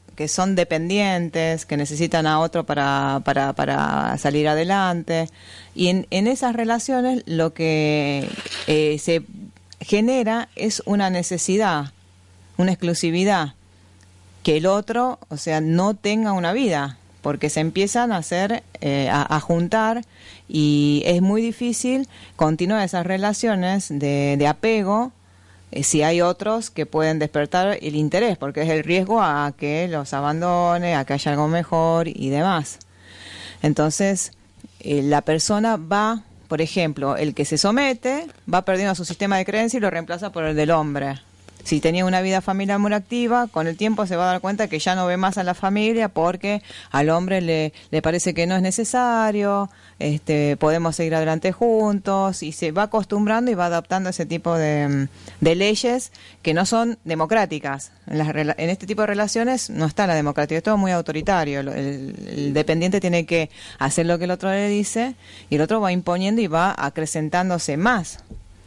que son dependientes, que necesitan a otro para, para, para salir adelante. Y en, en esas relaciones lo que eh, se genera es una necesidad, una exclusividad, que el otro, o sea, no tenga una vida, porque se empiezan a hacer, eh, a, a juntar, y es muy difícil continuar esas relaciones de, de apego eh, si hay otros que pueden despertar el interés, porque es el riesgo a que los abandone, a que haya algo mejor y demás. Entonces, eh, la persona va, por ejemplo, el que se somete, va perdiendo su sistema de creencia y lo reemplaza por el del hombre. Si tenía una vida familiar muy activa, con el tiempo se va a dar cuenta que ya no ve más a la familia porque al hombre le, le parece que no es necesario, este, podemos seguir adelante juntos, y se va acostumbrando y va adaptando ese tipo de, de leyes que no son democráticas. En, las, en este tipo de relaciones no está la democracia, es todo muy autoritario. El, el dependiente tiene que hacer lo que el otro le dice y el otro va imponiendo y va acrecentándose más.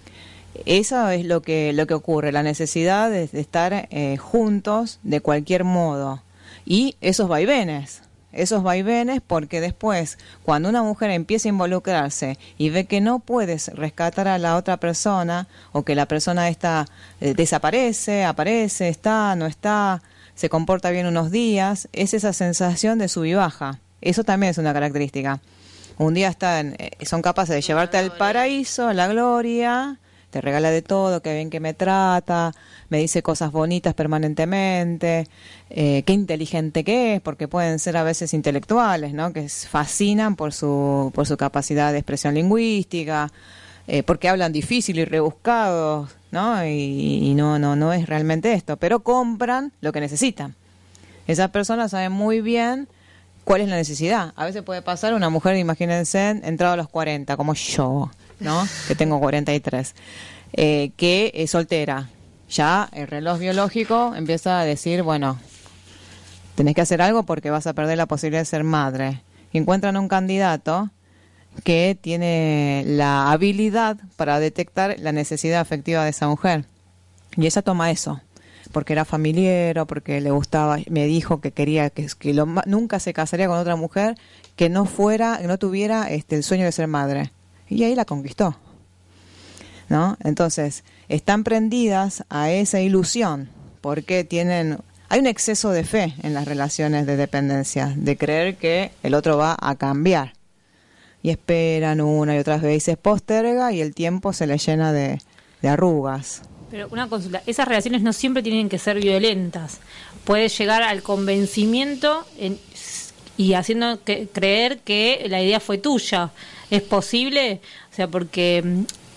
Eso es lo que lo que ocurre, la necesidad de, de estar eh, juntos de cualquier modo, y esos vaivenes, esos vaivenes porque después cuando una mujer empieza a involucrarse y ve que no puedes rescatar a la otra persona, o que la persona esta eh, desaparece, aparece, está, no está, se comporta bien unos días, es esa sensación de sub y baja. Eso también es una característica. Un día están, eh, son capaces de llevarte al paraíso, a la gloria, te regala de todo, qué bien que me trata, me dice cosas bonitas permanentemente, eh, qué inteligente que es, porque pueden ser a veces intelectuales, ¿no? Que fascinan por su por su capacidad de expresión lingüística, eh, porque hablan difícil y rebuscados, ¿no? Y, y no no no es realmente esto, pero compran lo que necesitan. Esas personas saben muy bien cuál es la necesidad. A veces puede pasar una mujer, imagínense, entrado a los cuarenta, como yo, ¿no? Que tengo cuarenta y tres, eh, que es soltera. Ya el reloj biológico empieza a decir, bueno, tenés que hacer algo porque vas a perder la posibilidad de ser madre. Y encuentran un candidato que tiene la habilidad para detectar la necesidad afectiva de esa mujer. Y ella toma eso, porque era familiar, porque le gustaba, me dijo que quería que, que lo, nunca se casaría con otra mujer que no fuera, que no tuviera este, el sueño de ser madre. Y ahí la conquistó, ¿no? Entonces, están prendidas a esa ilusión, porque tienen, hay un exceso de fe en las relaciones de dependencia, de creer que el otro va a cambiar. Y esperan una y otras veces, posterga, y el tiempo se le llena de, de arrugas. Pero una consulta, esas relaciones no siempre tienen que ser violentas. Puedes llegar al convencimiento en, y haciendo que, creer que la idea fue tuya. ¿Es posible? O sea, porque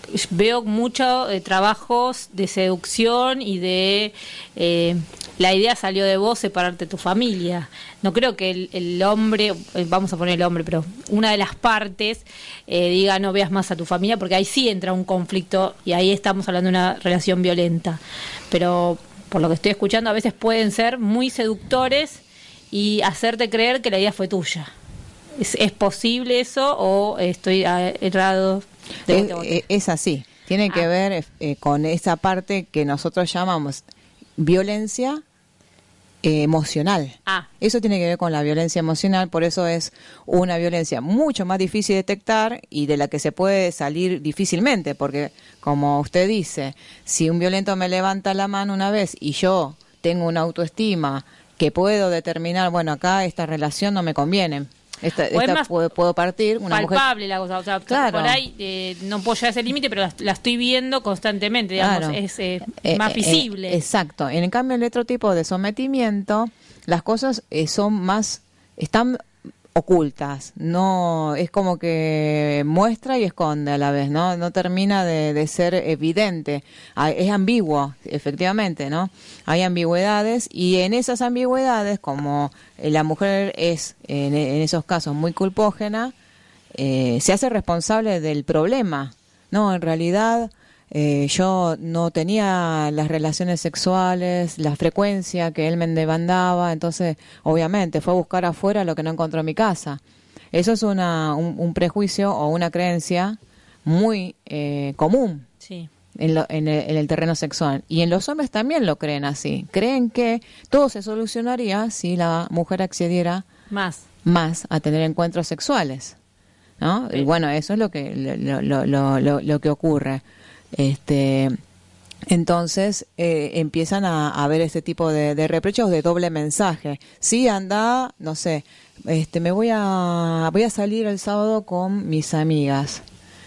veo muchos eh, trabajos de seducción y de eh, la idea salió de vos separarte de tu familia. No creo que el, el hombre, vamos a poner el hombre, pero una de las partes eh, diga no veas más a tu familia, porque ahí sí entra un conflicto y ahí estamos hablando de una relación violenta. Pero por lo que estoy escuchando, a veces pueden ser muy seductores y hacerte creer que la idea fue tuya. ¿Es, es posible eso o estoy errado? De Es, es, es así. Tiene que ah. ver eh, con esa parte que nosotros llamamos violencia eh, emocional. Ah. Eso tiene que ver con la violencia emocional, por eso es una violencia mucho más difícil de detectar y de la que se puede salir difícilmente, porque como usted dice, si un violento me levanta la mano una vez y yo tengo una autoestima que puedo determinar, bueno, acá esta relación no me conviene. Esta, esta más puedo, puedo partir una palpable mujer... la cosa, o sea, claro. Por ahí eh, no puedo llegar a ese límite, pero la, la estoy viendo constantemente, digamos, claro. es eh, eh, más eh, visible. Eh, exacto. En cambio, el otro tipo de sometimiento, las cosas eh, son más, están ocultas, no es como que muestra y esconde a la vez, no no termina de, de ser evidente, es ambiguo, efectivamente, ¿no? Hay ambigüedades y en esas ambigüedades, como la mujer es en, en esos casos muy culpógena, eh, se hace responsable del problema. No, en realidad eh, yo no tenía las relaciones sexuales, la frecuencia que él me demandaba, entonces obviamente fue a buscar afuera lo que no encontró en mi casa. Eso es una, un, un prejuicio o una creencia muy eh, común. Sí. en, lo- en el, en el terreno sexual. Y en los hombres también lo creen así. Creen que todo se solucionaría si la mujer accediera Más. más a tener encuentros sexuales, ¿no? Sí. Y bueno, eso es lo que lo, lo, lo, lo, lo que ocurre. Este, entonces eh, empiezan a, a ver este tipo de, de reproches de doble mensaje. Sí, anda, no sé, este, me voy a voy a salir el sábado con mis amigas.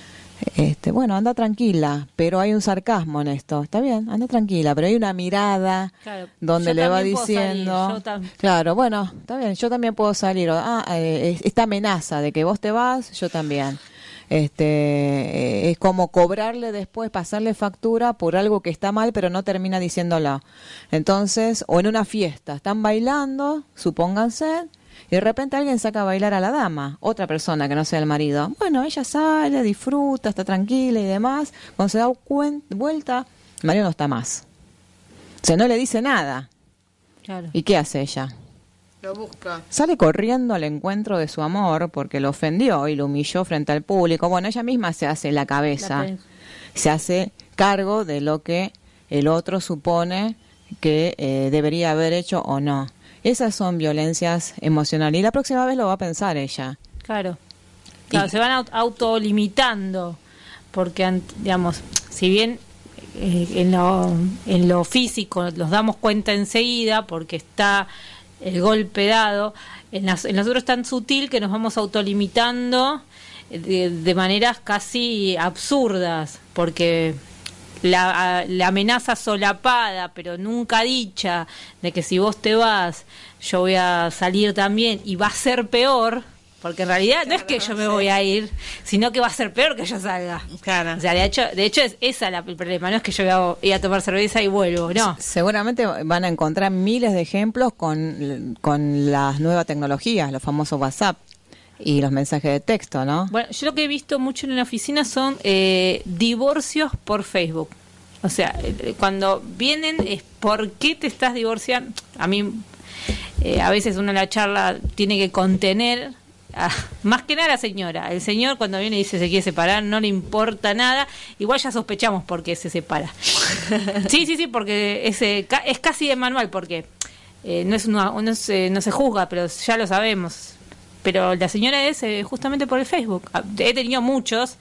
Este, bueno, anda tranquila, pero hay un sarcasmo en esto. Está bien, anda tranquila, pero hay una mirada Claro, donde yo le va también puedo salir, diciendo, yo tam- claro, bueno, está bien, yo también puedo salir. O, ah, eh, es- esta amenaza de que vos te vas, yo también. Este, eh, es como cobrarle después, pasarle factura por algo que está mal, pero no termina diciéndolo. Entonces, o en una fiesta, están bailando, supónganse, y de repente alguien saca a bailar a la dama, otra persona que no sea el marido. Bueno, ella sale, disfruta, está tranquila y demás. Cuando se da cuen- vuelta, el marido no está más. O sea, no le dice nada. Claro. ¿Y qué hace ella? Lo busca. Sale corriendo al encuentro de su amor porque lo ofendió y lo humilló frente al público. Bueno, ella misma se hace la cabeza, La pe- se hace cargo de lo que el otro supone que eh, debería haber hecho o no. Esas son violencias emocionales y la próxima vez lo va a pensar ella. Claro. Claro, Y- se van au- autolimitando, porque, ant- digamos, si bien eh, en, lo, en lo físico nos damos cuenta enseguida, porque está el golpe dado, en, las, en nosotros es tan sutil que nos vamos autolimitando de, de maneras casi absurdas, porque la, la amenaza solapada, pero nunca dicha, de que si vos te vas, yo voy a salir también y va a ser peor, porque en realidad no es que yo me voy a ir, sino que va a ser peor que yo salga. Claro. O sea, de hecho, de hecho es esa la, el problema, no es que yo voy a, ir a tomar cerveza y vuelvo, no. Seguramente van a encontrar miles de ejemplos con, con las nuevas tecnologías, los famosos WhatsApp y los mensajes de texto, ¿no? Bueno, yo lo que he visto mucho en la oficina son eh, divorcios por Facebook. O sea, eh, cuando vienen es ¿por qué te estás divorciando? A mí, eh, a veces uno en la charla tiene que contener, a- más que nada a la señora. El señor cuando viene y dice se quiere separar, no le importa nada. Igual ya sospechamos por qué se separa. Sí, sí, sí, porque es, eh, ca- es casi de manual, porque eh, no, es una, no, se, no se juzga, pero ya lo sabemos. Pero la señora es eh, justamente por el Facebook. Ah, he tenido muchos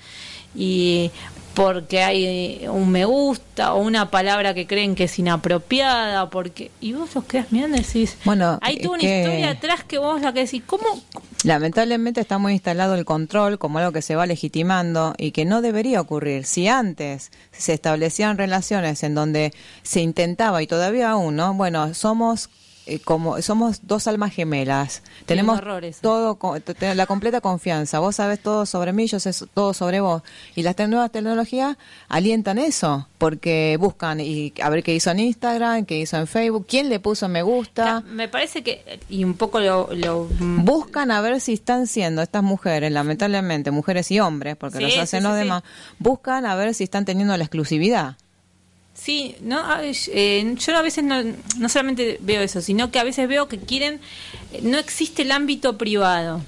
y porque hay eh, un me gusta o una palabra que creen que es inapropiada, porque y vos los quedás mirando y decís, Bueno, hay es toda una que- historia atrás que vos la que decís, ¿cómo? Lamentablemente está muy instalado el control como algo que se va legitimando y que no debería ocurrir. Si antes se establecían relaciones en donde se intentaba, y todavía aún, ¿no? Bueno, somos eh, como somos dos almas gemelas. Tenemos horror eso. todo, co- te- te- la completa confianza. Vos sabés todo sobre mí, yo sé so- todo sobre vos. Y las te- nuevas tecnologías alientan eso, porque buscan y a ver qué hizo en Instagram, qué hizo en Facebook, quién le puso me gusta. Me parece que, y un poco lo... lo Buscan a ver si están siendo estas mujeres, lamentablemente, mujeres y hombres, porque Sí, los hacen sí, los sí, demás, buscan a ver si están teniendo la exclusividad. Sí, no, a- eh, yo a veces no, no solamente veo eso, sino que a veces veo que quieren, no existe el ámbito privado.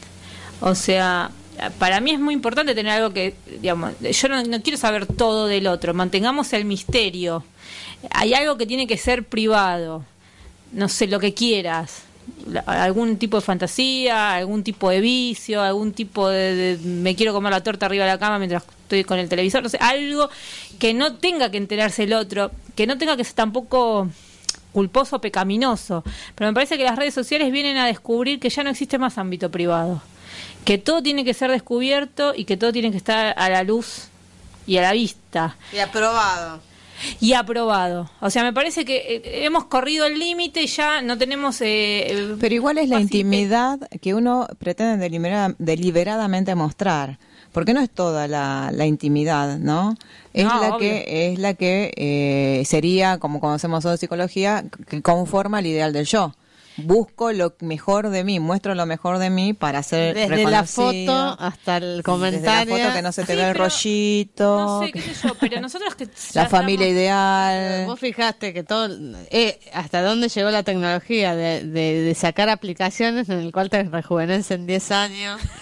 O sea, para mí es muy importante tener algo que, digamos, yo no, no quiero saber todo del otro, mantengamos el misterio. Hay algo que tiene que ser privado, no sé, lo que quieras. La- algún tipo de fantasía, algún tipo de vicio, algún tipo de, de me quiero comer la torta arriba de la cama mientras estoy con el televisor, no sé, algo que no tenga que enterarse el otro, que no tenga que ser tampoco culposo o pecaminoso, pero me parece que las redes sociales vienen a descubrir que ya no existe más ámbito privado, que todo tiene que ser descubierto y que todo tiene que estar a la luz y a la vista. Y aprobado. Y aprobado. O sea, me parece que eh, hemos corrido el límite y ya no tenemos... Eh, Pero igual es la fácil- intimidad que uno pretende delibera- deliberadamente mostrar, porque no es toda la, la intimidad, ¿no? Es No, la obvio. que es la que eh, sería, como conocemos hoy en psicología, que conforma el ideal del yo. Busco lo mejor de mí, muestro lo mejor de mí para ser Desde la reconocido. foto hasta el Desde comentario. la foto que no se te Sí, ve el pero- rollito, No sé, qué sé yo, pero nosotros que... la ya familia estamos- ideal. Vos fijaste que todo, eh, hasta dónde llegó la tecnología de, de, de sacar aplicaciones en el cual te rejuvenecen diez años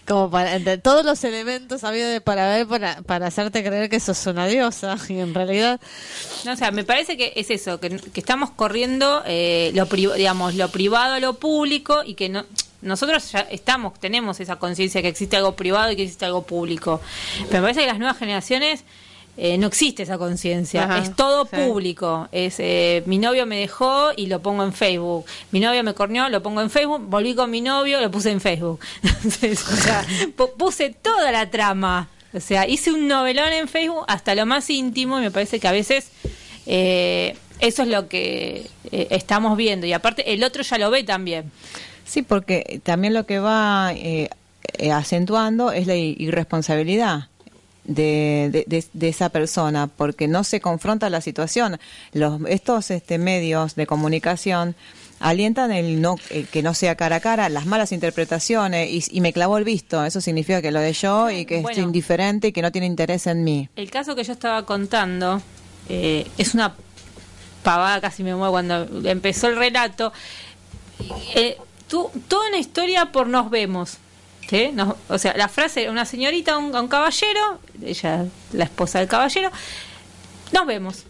Como para de todos los elementos habidos de para ver para, para hacerte creer que sos una diosa y en realidad no, o sea, me parece que es eso, que, que estamos corriendo eh, lo pri- digamos lo privado a lo público y que no nosotros ya estamos tenemos esa conciencia que existe algo privado y que existe algo público. Pero me parece que las nuevas generaciones Eh, no existe esa conciencia, Ajá, es todo sí. público, es eh, mi novio me dejó y lo pongo en Facebook, mi novio me corneó, lo pongo en Facebook, volví con mi novio, lo puse en Facebook. Entonces, o sea, pu- puse toda la trama, o sea, hice un novelón en Facebook hasta lo más íntimo y me parece que a veces eh, eso es lo que eh, estamos viendo y aparte el otro ya lo ve también. Sí, porque también lo que va eh, eh, acentuando es la i- irresponsabilidad de, de, de, de esa persona, porque no se confronta la situación. Los, estos este, medios de comunicación alientan el no el que no sea cara a cara, las malas interpretaciones y, y me clavó el visto. Eso significa que lo de yo y que Bueno. es indiferente y que no tiene interés en mí. El caso que yo estaba contando eh, es una pavada, casi me muevo cuando empezó el relato. Eh, tú, toda una historia por nos vemos. ¿Sí? Nos- o sea, la frase, una señorita, un, un caballero, ella, la esposa del caballero, nos vemos.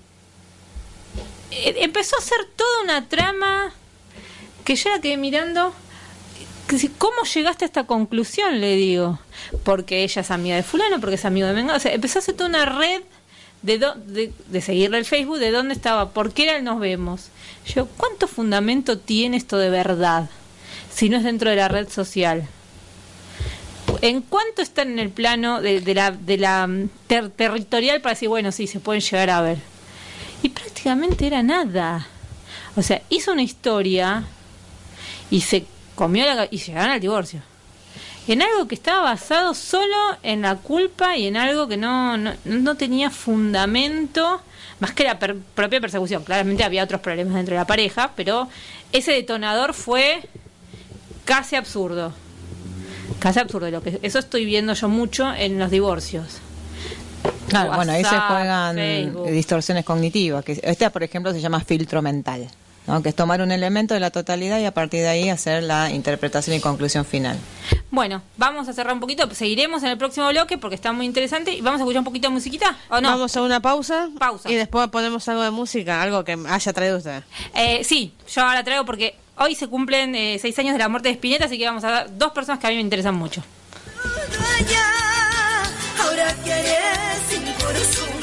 Eh, empezó a hacer toda una trama que yo la quedé mirando. Que si- ¿Cómo llegaste a esta conclusión? Le digo. Porque ella es amiga de fulano, porque es amigo de Mengano. O sea, empezó a hacer toda una red de, do- de, de seguirle el Facebook, de dónde estaba, por qué era el nos vemos. Yo, ¿cuánto fundamento tiene esto de verdad? Si no es dentro de la red social. ¿En cuánto están en el plano de, de la, de la mm, ter- territorial para decir, bueno, sí, se pueden llegar a ver? Y prácticamente era nada. O sea, hizo una historia y se comió la... ca- y llegaron al divorcio. En algo que estaba basado solo en la culpa y en algo que no, no, no tenía fundamento, más que la per- propia persecución. Claramente había otros problemas dentro de la pareja, pero ese detonador fue casi absurdo. Casi absurdo. Lo que, eso estoy viendo yo mucho en los divorcios. Claro, bueno, ahí se WhatsApp, juegan Facebook. distorsiones cognitivas. Que esta, por ejemplo, se llama filtro mental, ¿no? Que es tomar un elemento de la totalidad y a partir de ahí hacer la interpretación y conclusión final. Bueno, vamos a cerrar un poquito. Seguiremos en el próximo bloque porque está muy interesante. Y vamos a escuchar un poquito de musiquita, ¿o no? vamos a una pausa, Pausa. y después ponemos algo de música, algo que haya traído usted. Eh, sí, yo ahora traigo porque hoy se cumplen eh, seis años de la muerte de Spinetta, así que vamos a dar dos personas que a mí me interesan mucho. Ahora que haré sin corazón.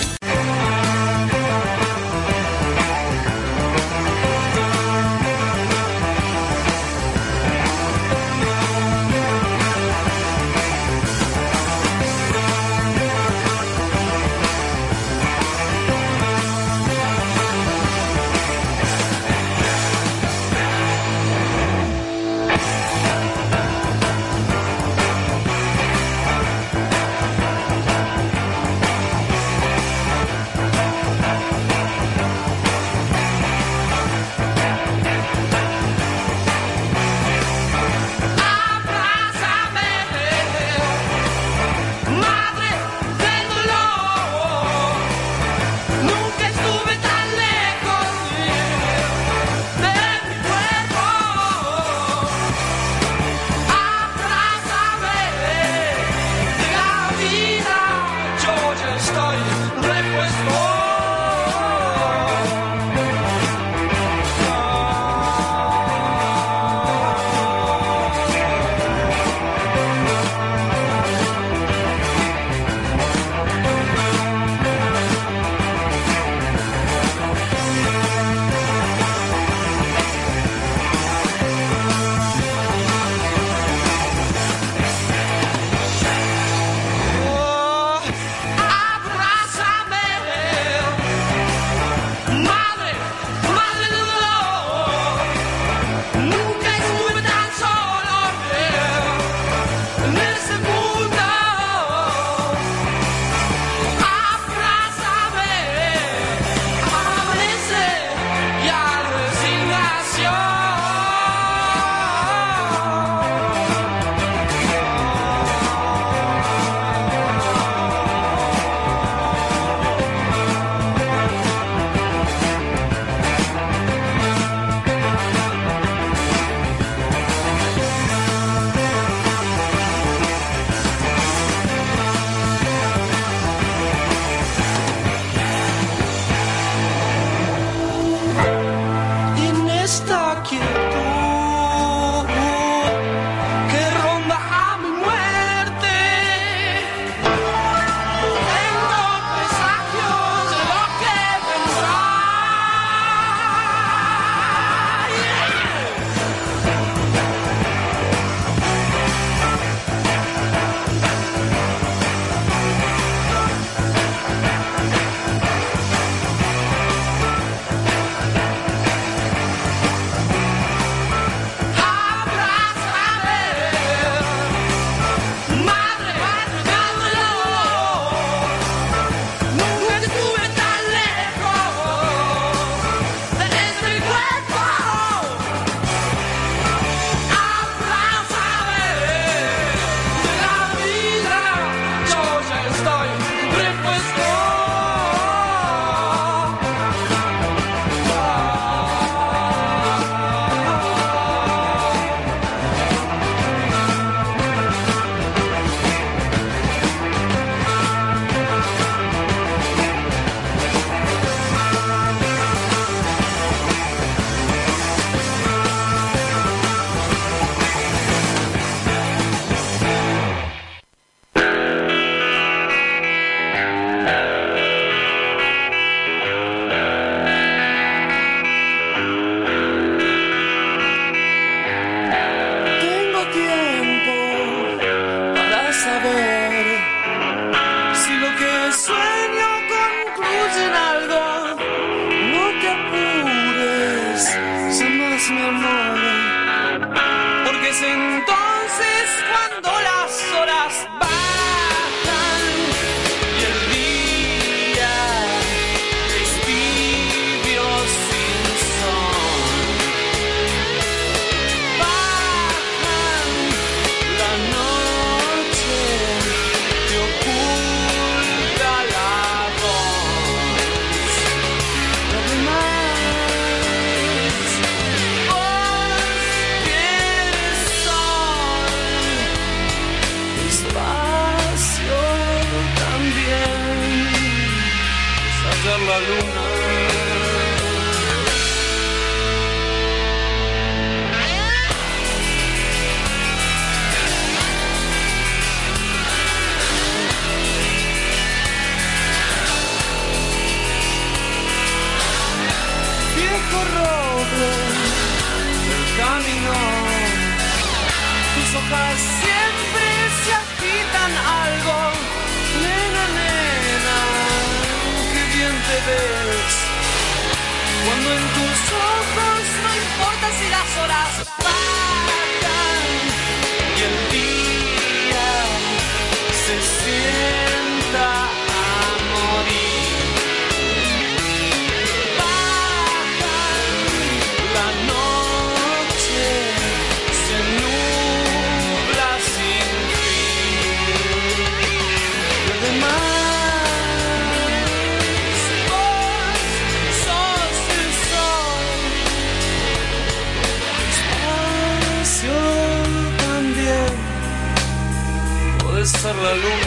cuando las horas bajan y el día es tibio sin sol. Bajan la noche, te oculta la voz. Lo demás, vos quieres sol, espacio también, es hallar la luna. Viejo roble del camino, tus hojas siempre se agitan algo. Nena, nena, qué bien te ves, cuando en tus ojos no importa si las horas bajan y el día se sienta a morir. Bajan la noche, se nubla sin fin. Lo demás, vos sos el sol, espacio también, puede ser la luna.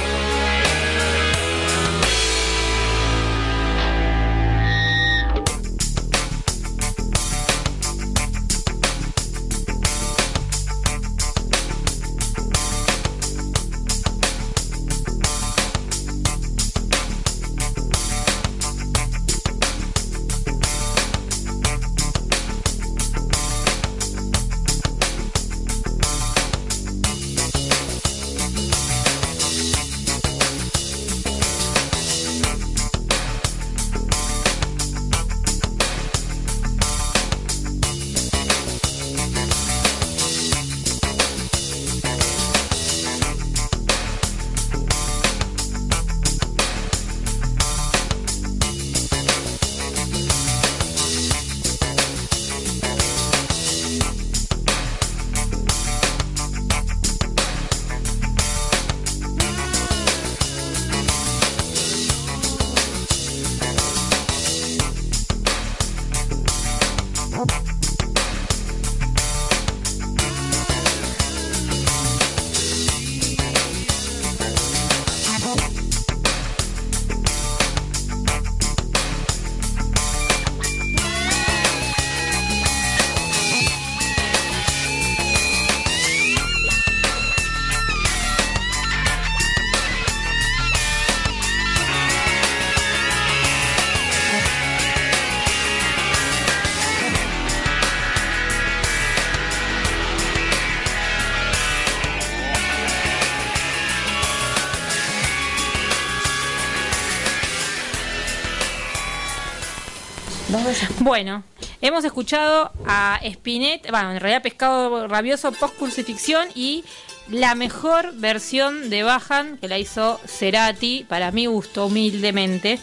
Bueno, hemos escuchado a Spinetta, bueno, en realidad Pescado Rabioso post crucifixión y la mejor versión de Bajan que la hizo Cerati, para mi gusto, humildemente,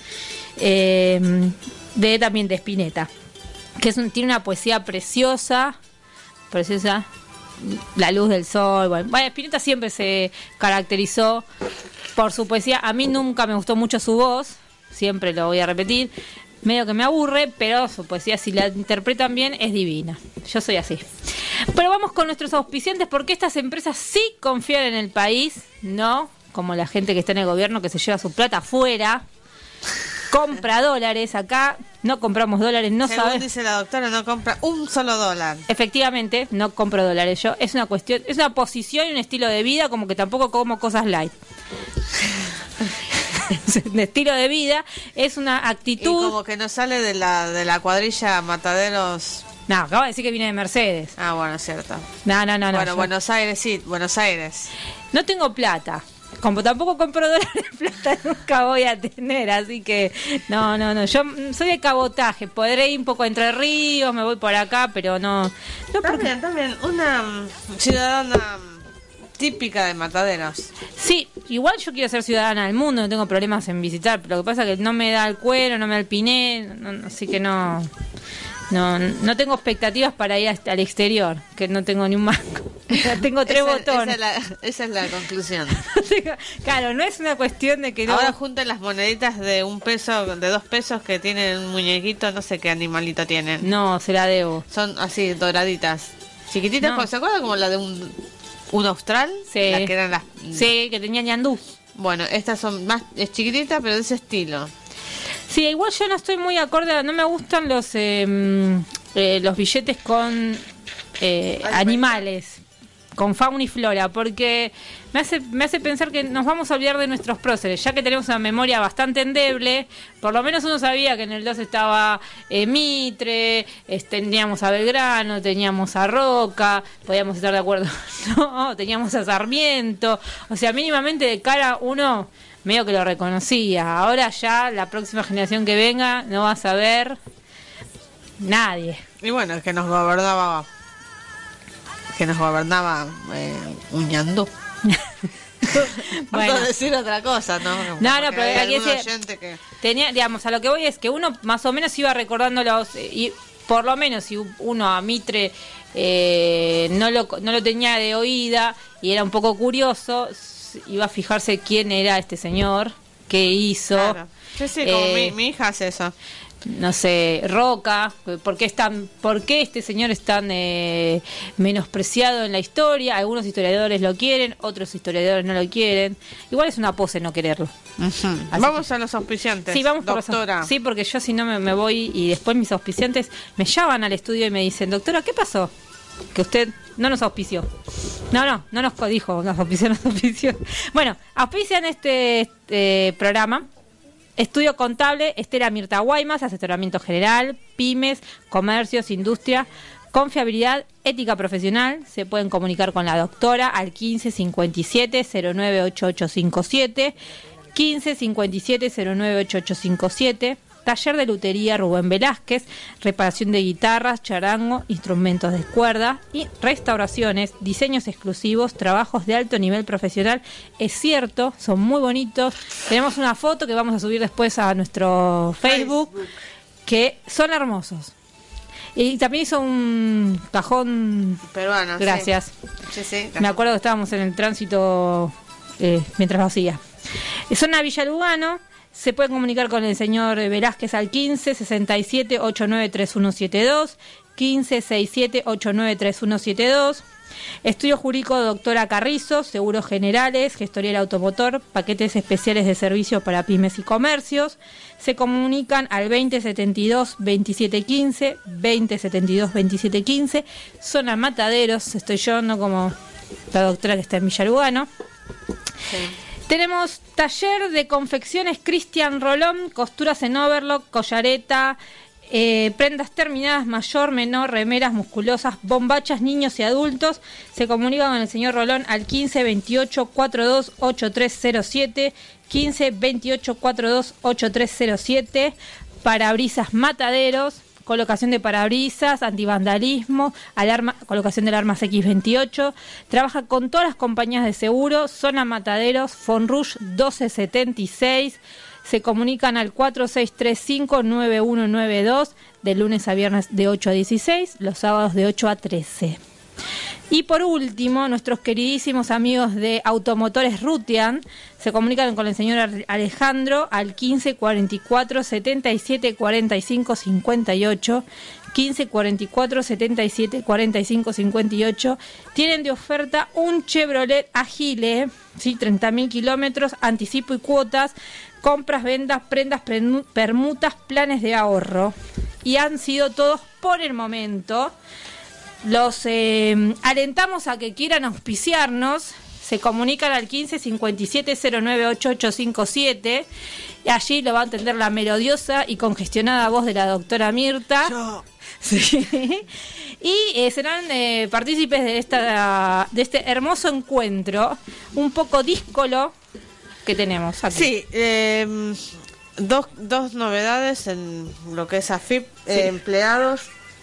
eh, de también de Spinetta, que es un, tiene una poesía preciosa, preciosa, la luz del sol. Bueno, bueno, Spinetta siempre se caracterizó por su poesía. A mí nunca me gustó mucho su voz, siempre lo voy a repetir. Medio que me aburre, pero su poesía, si la interpretan bien, es divina. Yo soy así. Pero vamos con nuestros auspiciantes, porque estas empresas sí confían en el país, no como la gente que está en el gobierno que se lleva su plata afuera, compra dólares. Acá no compramos dólares, no Según sabes. dice la doctora, no compra un solo dólar. Efectivamente, no compro dólares. Yo es una cuestión, es una posición y un estilo de vida, como que tampoco como cosas light. De estilo de vida, es una actitud. Y como que no sale de la de la cuadrilla Mataderos. No, acabo de decir que viene de Mercedes. Ah, bueno, es cierto. No, no, no, no. Bueno, yo Buenos Aires, sí, Buenos Aires. no tengo plata. Como tampoco compro dólares, plata nunca voy a tener, así que no, no, no. Yo soy de cabotaje, podré ir un poco entre ríos, me voy por acá, pero no. no porque... También, también, una mm, ciudadana típica de Mataderos. Sí, igual yo quiero ser ciudadana del mundo, no tengo problemas en visitar, pero lo que pasa es que no me da el cuero, no me da el piné, no, no, así que no, no no tengo expectativas para ir hasta al exterior, que no tengo ni un mango. Tengo tres esa, botones. Esa es, la, esa es la conclusión. Claro, no es una cuestión de que no... Ahora junten las moneditas de un peso, de dos pesos que tienen un muñequito, no sé qué animalito tienen. No, se la debo. Son así, doraditas. Chiquititas, No. ¿se acuerdan como la de un, un austral? Sí. La que eran las... Sí, que tenía ñandú. Bueno, estas son más, es chiquitita, pero de ese estilo. Sí, igual yo no estoy muy acorde, no me gustan los eh, mm, eh, los billetes con eh, animales, con fauna y flora, porque me hace me hace pensar que nos vamos a olvidar de nuestros próceres, ya que tenemos una memoria bastante endeble. Por lo menos uno sabía que en el dos estaba eh, Mitre, eh, teníamos a Belgrano, teníamos a Roca, podíamos estar de acuerdo, no, teníamos a Sarmiento, o sea, mínimamente de cara uno medio que lo reconocía. Ahora ya la próxima generación que venga no va a saber nadie. Y bueno, es que nos gobernaba... que nos gobernaba eh, un ñandú. Bueno. No decir otra cosa, ¿no? No, Porque no, pero hay aquí algún ese- oyente que... Tenía, digamos, a lo que voy es que uno más o menos iba recordando los, eh, y por lo menos si uno a Mitre eh, no lo no lo tenía de oída y era un poco curioso, s- iba a fijarse quién era este señor, qué hizo. Claro. Sí, sí, como Eh, mi, mi hija hace eso. no sé, Roca, ¿por qué, es tan, por qué este señor es tan eh, menospreciado en la historia? Algunos historiadores lo quieren, otros historiadores no lo quieren. Igual es una pose no quererlo. Así Vamos a los auspiciantes. Sí, vamos por los- doctora. Sí, porque yo si no me, me voy y después mis auspiciantes me llaman al estudio y me dicen, doctora, ¿qué pasó? Que usted no nos auspició. No, no, no nos dijo, nos auspició, nos auspició. Bueno, auspician este, este programa. Estudio Contable, Estela Mirta Guaymas, asesoramiento general, pymes, comercios, industria, confiabilidad, ética profesional. Se pueden comunicar con la doctora al quince cincuenta y siete cero nueve ocho ocho cinco siete, quince cincuenta y siete cero nueve ocho ocho cinco siete. Taller de lutería Rubén Velázquez, reparación de guitarras, charango, instrumentos de cuerda y restauraciones, diseños exclusivos, trabajos de alto nivel profesional. Es cierto, son muy bonitos. Tenemos una foto que vamos a subir después a nuestro Facebook, que son hermosos. Y también hizo un cajón. Peruano. sí. Gracias. Sí, sí. Me acuerdo que estábamos en el tránsito eh, mientras lo hacía. Zona Villa Lugano. Se pueden comunicar con el señor Velázquez al quince sesenta y siete ochenta y nueve treinta y uno setenta y dos, quince sesenta y siete ochenta y nueve treinta y uno setenta y dos. Estudio jurídico doctora Carrizo, seguros generales, gestoría del automotor, paquetes especiales de servicios para pymes y comercios. Se comunican al veinte setenta y dos veintisiete quince, veinte setenta y dos veintisiete quince. Zona Mataderos, estoy yo, no como la doctora que está en Villa Lugano. Sí. Tenemos taller de confecciones Cristian Rolón, costuras en overlock, collareta, eh, prendas terminadas mayor, menor, remeras musculosas, bombachas, niños y adultos. Se comunica con el señor Rolón al quince veintiocho cuarenta y dos ochenta y tres cero siete, quince veintiocho cuarenta y dos ochenta y tres cero siete. Parabrisas Mataderos, colocación de parabrisas, antivandalismo, alarma, colocación de alarmas equis veintiocho. Trabaja con todas las compañías de seguro. Zona Mataderos, Fonrush doce setenta y seis. Se comunican al cuatro seis tres cinco nueve uno nueve dos, de lunes a viernes de ocho a dieciséis, los sábados de ocho a trece. Y por último, nuestros queridísimos amigos de Automotores Rutian se comunican con el señor Alejandro al quince cuarenta y cuatro setenta y siete cuarenta y cinco cincuenta y ocho, quince cuarenta y cuatro setenta y siete cuarenta y cinco cincuenta y ocho. Tienen de oferta un Chevrolet Agile, ¿sí? treinta mil kilómetros, anticipo y cuotas, compras, ventas, prendas, permutas, planes de ahorro. Y han sido todos por el momento. Los eh, alentamos a que quieran auspiciarnos. Se comunican al quince cincuenta y siete cero nueve ocho ocho cinco siete. Y allí lo va a atender la melodiosa y congestionada voz de la doctora Mirta. Yo. Sí. Y eh, serán eh, partícipes de esta de este hermoso encuentro, un poco díscolo que tenemos aquí. Sí, eh, dos, dos novedades en lo que es A F I P, Sí. eh, empleados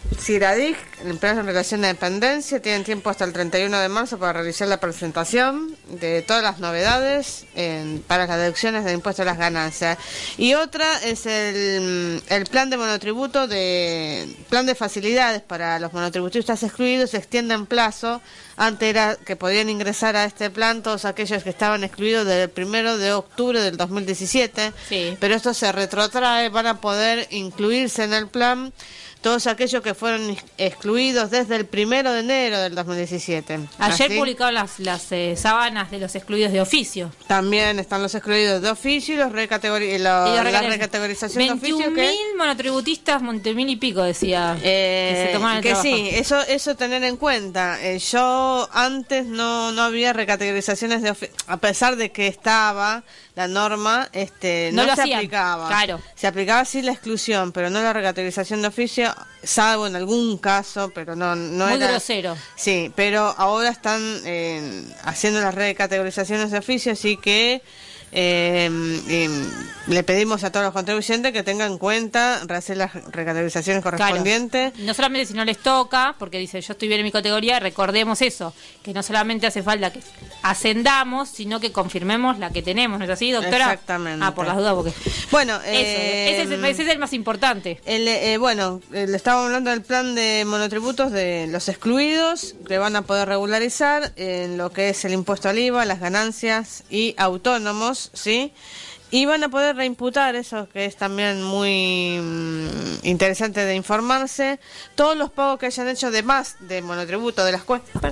CIRADIC, el Empleo en Relación de Dependencia, tienen tiempo hasta el treinta y uno de marzo para realizar la presentación de todas las novedades en, para las deducciones de impuesto a las ganancias. Y otra es el, el plan de monotributo, de plan de facilidades para los monotributistas excluidos. Se extiende en plazo. Antes era que podían ingresar a este plan todos aquellos que estaban excluidos desde el primero de octubre del dos mil diecisiete, Sí. pero esto se retrotrae, van a poder incluirse en el plan todos aquellos que fueron excluidos desde el primero de enero del dos mil diecisiete. Ayer ¿Así? publicaron las, las eh, sábanas de los excluidos de oficio. También están los excluidos de oficio y los recategori y lo- Y los la recategorización. recategorización de oficio veintiún que... mil monotributistas, monte mil y pico, decía. Eh, que se tomaban el que trabajo. sí, eso eso tener en cuenta. Eh, yo antes no no había recategorizaciones de oficio, a pesar de que estaba la norma, este No no, lo se hacían, aplicaba. claro. Se aplicaba sí la exclusión, pero no la recategorización de oficio, salvo en algún caso, pero no no Muy era grosero. Sí, pero ahora están eh, haciendo las recategorizaciones de oficio, así que eh, eh, le pedimos a todos los contribuyentes que tengan en cuenta hacer las recategorizaciones correspondientes. Claro. No solamente si no les toca, porque dice yo estoy bien en mi categoría, recordemos eso, que no solamente hace falta que ascendamos, sino que confirmemos la que tenemos, ¿no es así, doctora? Exactamente. Ah, por las dudas, porque Bueno, eso, eh, ese, es, el- ese es el más importante. el, eh, bueno, eh, le estábamos hablando del plan de monotributos de los excluidos, que van a poder regularizar en lo que es el impuesto al I V A, las ganancias y autónomos, ¿sí? Y van a poder reimputar, eso que es también muy mm, interesante de informarse, todos los pagos que hayan hecho de más de monotributo de las cuentas.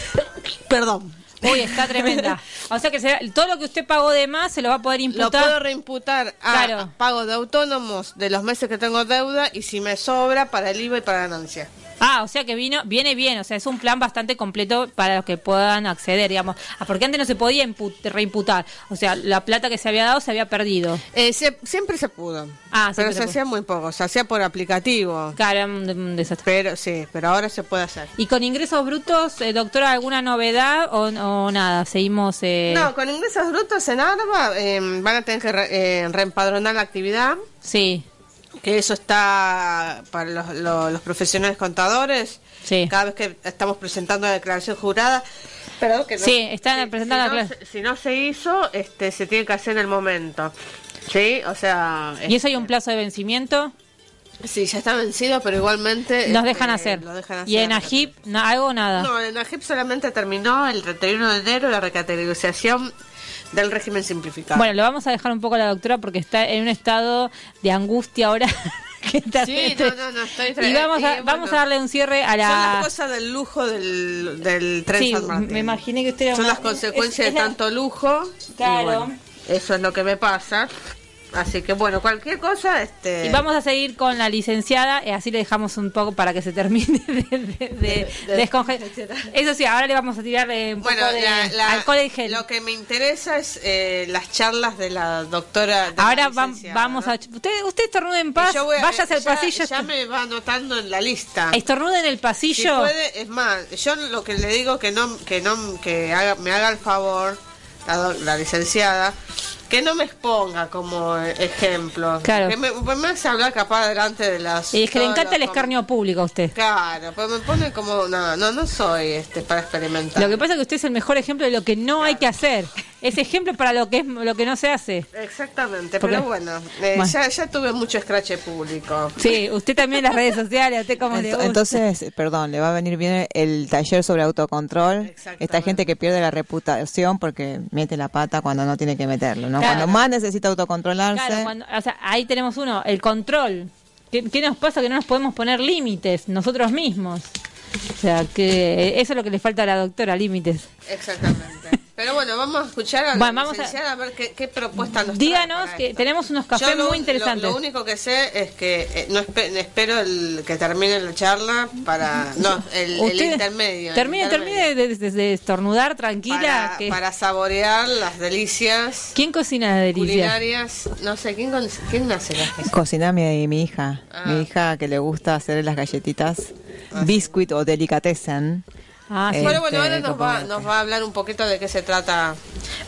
Perdón. Uy, está tremenda. O sea que será- todo lo que usted pagó de más se lo va a poder Lo imputar. puedo reimputar a, Claro. a pago de autónomos de los meses que tengo deuda y si me sobra para el I V A y para ganancia. Ah, o sea que vino, viene bien, o sea, es un plan bastante completo para los que puedan acceder, digamos. Ah, porque antes no se podía impu- reimputar, o sea, la plata que se había dado se había perdido. Eh, se- siempre se pudo, Ah, pero siempre se se hacía muy poco, se hacía por aplicativo, Claro, era un, un desastre. pero sí, pero ahora se puede hacer. ¿Y con ingresos brutos, eh, doctora, alguna novedad o, o nada? Seguimos... Eh... No, con ingresos brutos en ARBA eh, van a tener que re- eh, reempadronar la actividad, Sí, que eso está para los, los- los profesionales contadores. sí. Cada vez que estamos presentando la declaración jurada, pero que no, Sí, están si- presentando si la no declara- se- si no se hizo, este, se tiene que hacer en el momento. Sí, o sea, ¿Y eso hay un plazo de vencimiento? sí, ya está vencido, pero igualmente Nos este, dejan hacer. lo dejan ¿Y hacer. en AGIP no, algo o nada? No, en AGIP solamente terminó el treinta y uno de enero la recategorización del régimen simplificado. Bueno, lo vamos a dejar un poco a la doctora porque está en un estado de angustia ahora. que está Sí, no, no, no, estoy tra- Y vamos a, y vamos bueno, a darle un cierre a son las la... cosas del lujo del, del tren Sí, San Martín. me imaginé que usted era Son una- las consecuencias es- es de la- tanto lujo. y Claro. bueno, eso es lo que me pasa. Así que bueno, cualquier cosa, este. Y vamos a seguir con la licenciada, y así le dejamos un poco para que se termine de, de, de- de- desconge- Eso sí, ahora le vamos a tirar eh, un Bueno, poco de la- la- alcohol en gel. lo que me interesa es eh, las charlas de la doctora. de la Ahora vam- licenciada, vamos ¿no? a... Usted, usted estornude en paz, Y yo voy a- váyase al ya- pasillo. Ya me va anotando en la lista. Estornude en el Si pasillo. puede, es más, yo lo que le digo que no, que no, que haga, me haga el favor, la, do- la licenciada, que no me exponga como ejemplo. Claro. Que me, pues me hace hablar capaz delante de las. Y es que le todos encanta el los- escarnio público a usted. Claro, pues me pone como, no, no, no soy este para experimentar. Lo que pasa es que usted es el mejor ejemplo de lo que no hay que hacer. Es ejemplo para lo que es lo que no se hace. Exactamente, Porque- pero bueno, eh, Bueno. Ya, ya tuve mucho escrache público. Sí, usted también en las redes sociales, a usted como le Ento- gusta. Entonces, perdón, le va a venir bien el taller sobre autocontrol. Exactamente. Esta gente que pierde la reputación porque mete la pata cuando no tiene que meterlo, ¿no? Claro. Cuando más necesita autocontrolarse. Claro, cuando, o sea, ahí tenemos uno, el control. ¿Qué, qué nos pasa? Que no nos podemos poner límites nosotros mismos. O sea, que eso es lo que le falta a la doctora, límites. Exactamente. Pero bueno, vamos a escuchar a la Bueno, vamos a- licenciada a, ver qué, qué propuesta nos trae Díganos para que esto. tenemos unos Yo cafés lo, muy interesantes. Lo, lo único que sé es que eh, no espe- espero el que termine la charla para no el, el Usted intermedio. el Termine, intermedio. termine de, de- de estornudar tranquila. para, que- para saborear las delicias ¿Quién cocina la delicia? culinarias. No sé quién con- quién hace las cosas. Cocina mi, mi hija. Ah. Mi hija que le gusta hacer las galletitas biscuit o delicatessen. Ah, sí. Eh, Bueno, bueno, Este, ahora nos va, como- nos va a hablar un poquito de qué se trata.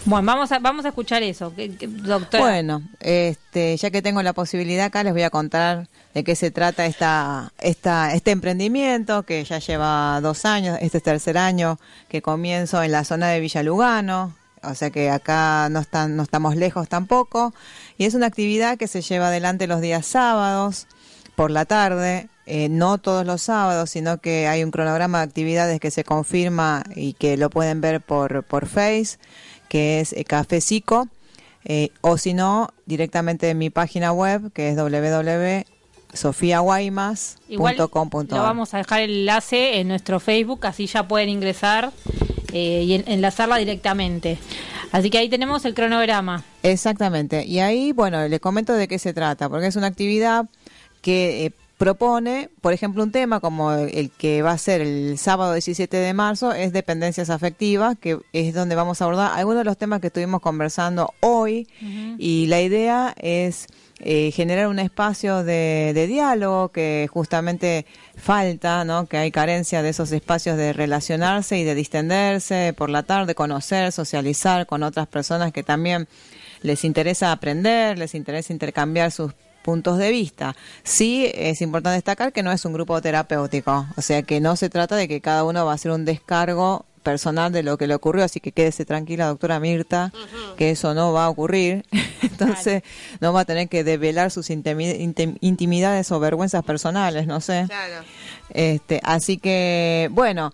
Bueno, vamos a, vamos a escuchar eso, que- que- doctora. Bueno, este, ya que tengo la posibilidad acá, les voy a contar de qué se trata esta, esta, este emprendimiento que ya lleva dos años, este es tercer año que comienzo en la zona de Villa Lugano, o sea que acá no están, no estamos lejos tampoco, y es una actividad que se lleva adelante los días sábados por la tarde, eh, no todos los sábados, sino que hay un cronograma de actividades que se confirma y que lo pueden ver por, por Face, que es eh, Café Cico, eh, o si no, directamente en mi página web, que es w w w punto sofia guaymas punto com punto a r. Lo vamos a dejar el enlace en nuestro Facebook, así ya pueden ingresar eh, y en- enlazarla directamente. Así que ahí tenemos el cronograma. Exactamente. Y ahí, bueno, les comento de qué se trata, porque es una actividad que eh, propone, por ejemplo, un tema como el que va a ser el sábado diecisiete de marzo, es dependencias afectivas, que es donde vamos a abordar algunos de los temas que estuvimos conversando hoy. Uh-huh. Y la idea es eh, generar un espacio de, de diálogo que justamente falta, ¿no? Que hay carencia de esos espacios de relacionarse y de distenderse por la tarde, conocer, socializar con otras personas que también les interesa aprender, les interesa intercambiar sus puntos de vista. Sí, es importante destacar que no es un grupo terapéutico, o sea que no se trata de que cada uno va a hacer un descargo personal de lo que le ocurrió, así que quédese tranquila, doctora Mirta, uh-huh. que eso no va a ocurrir. Entonces claro. no va a tener que develar sus intimi- intim- intimidades o vergüenzas personales, no sé. Claro. Este, así que, bueno,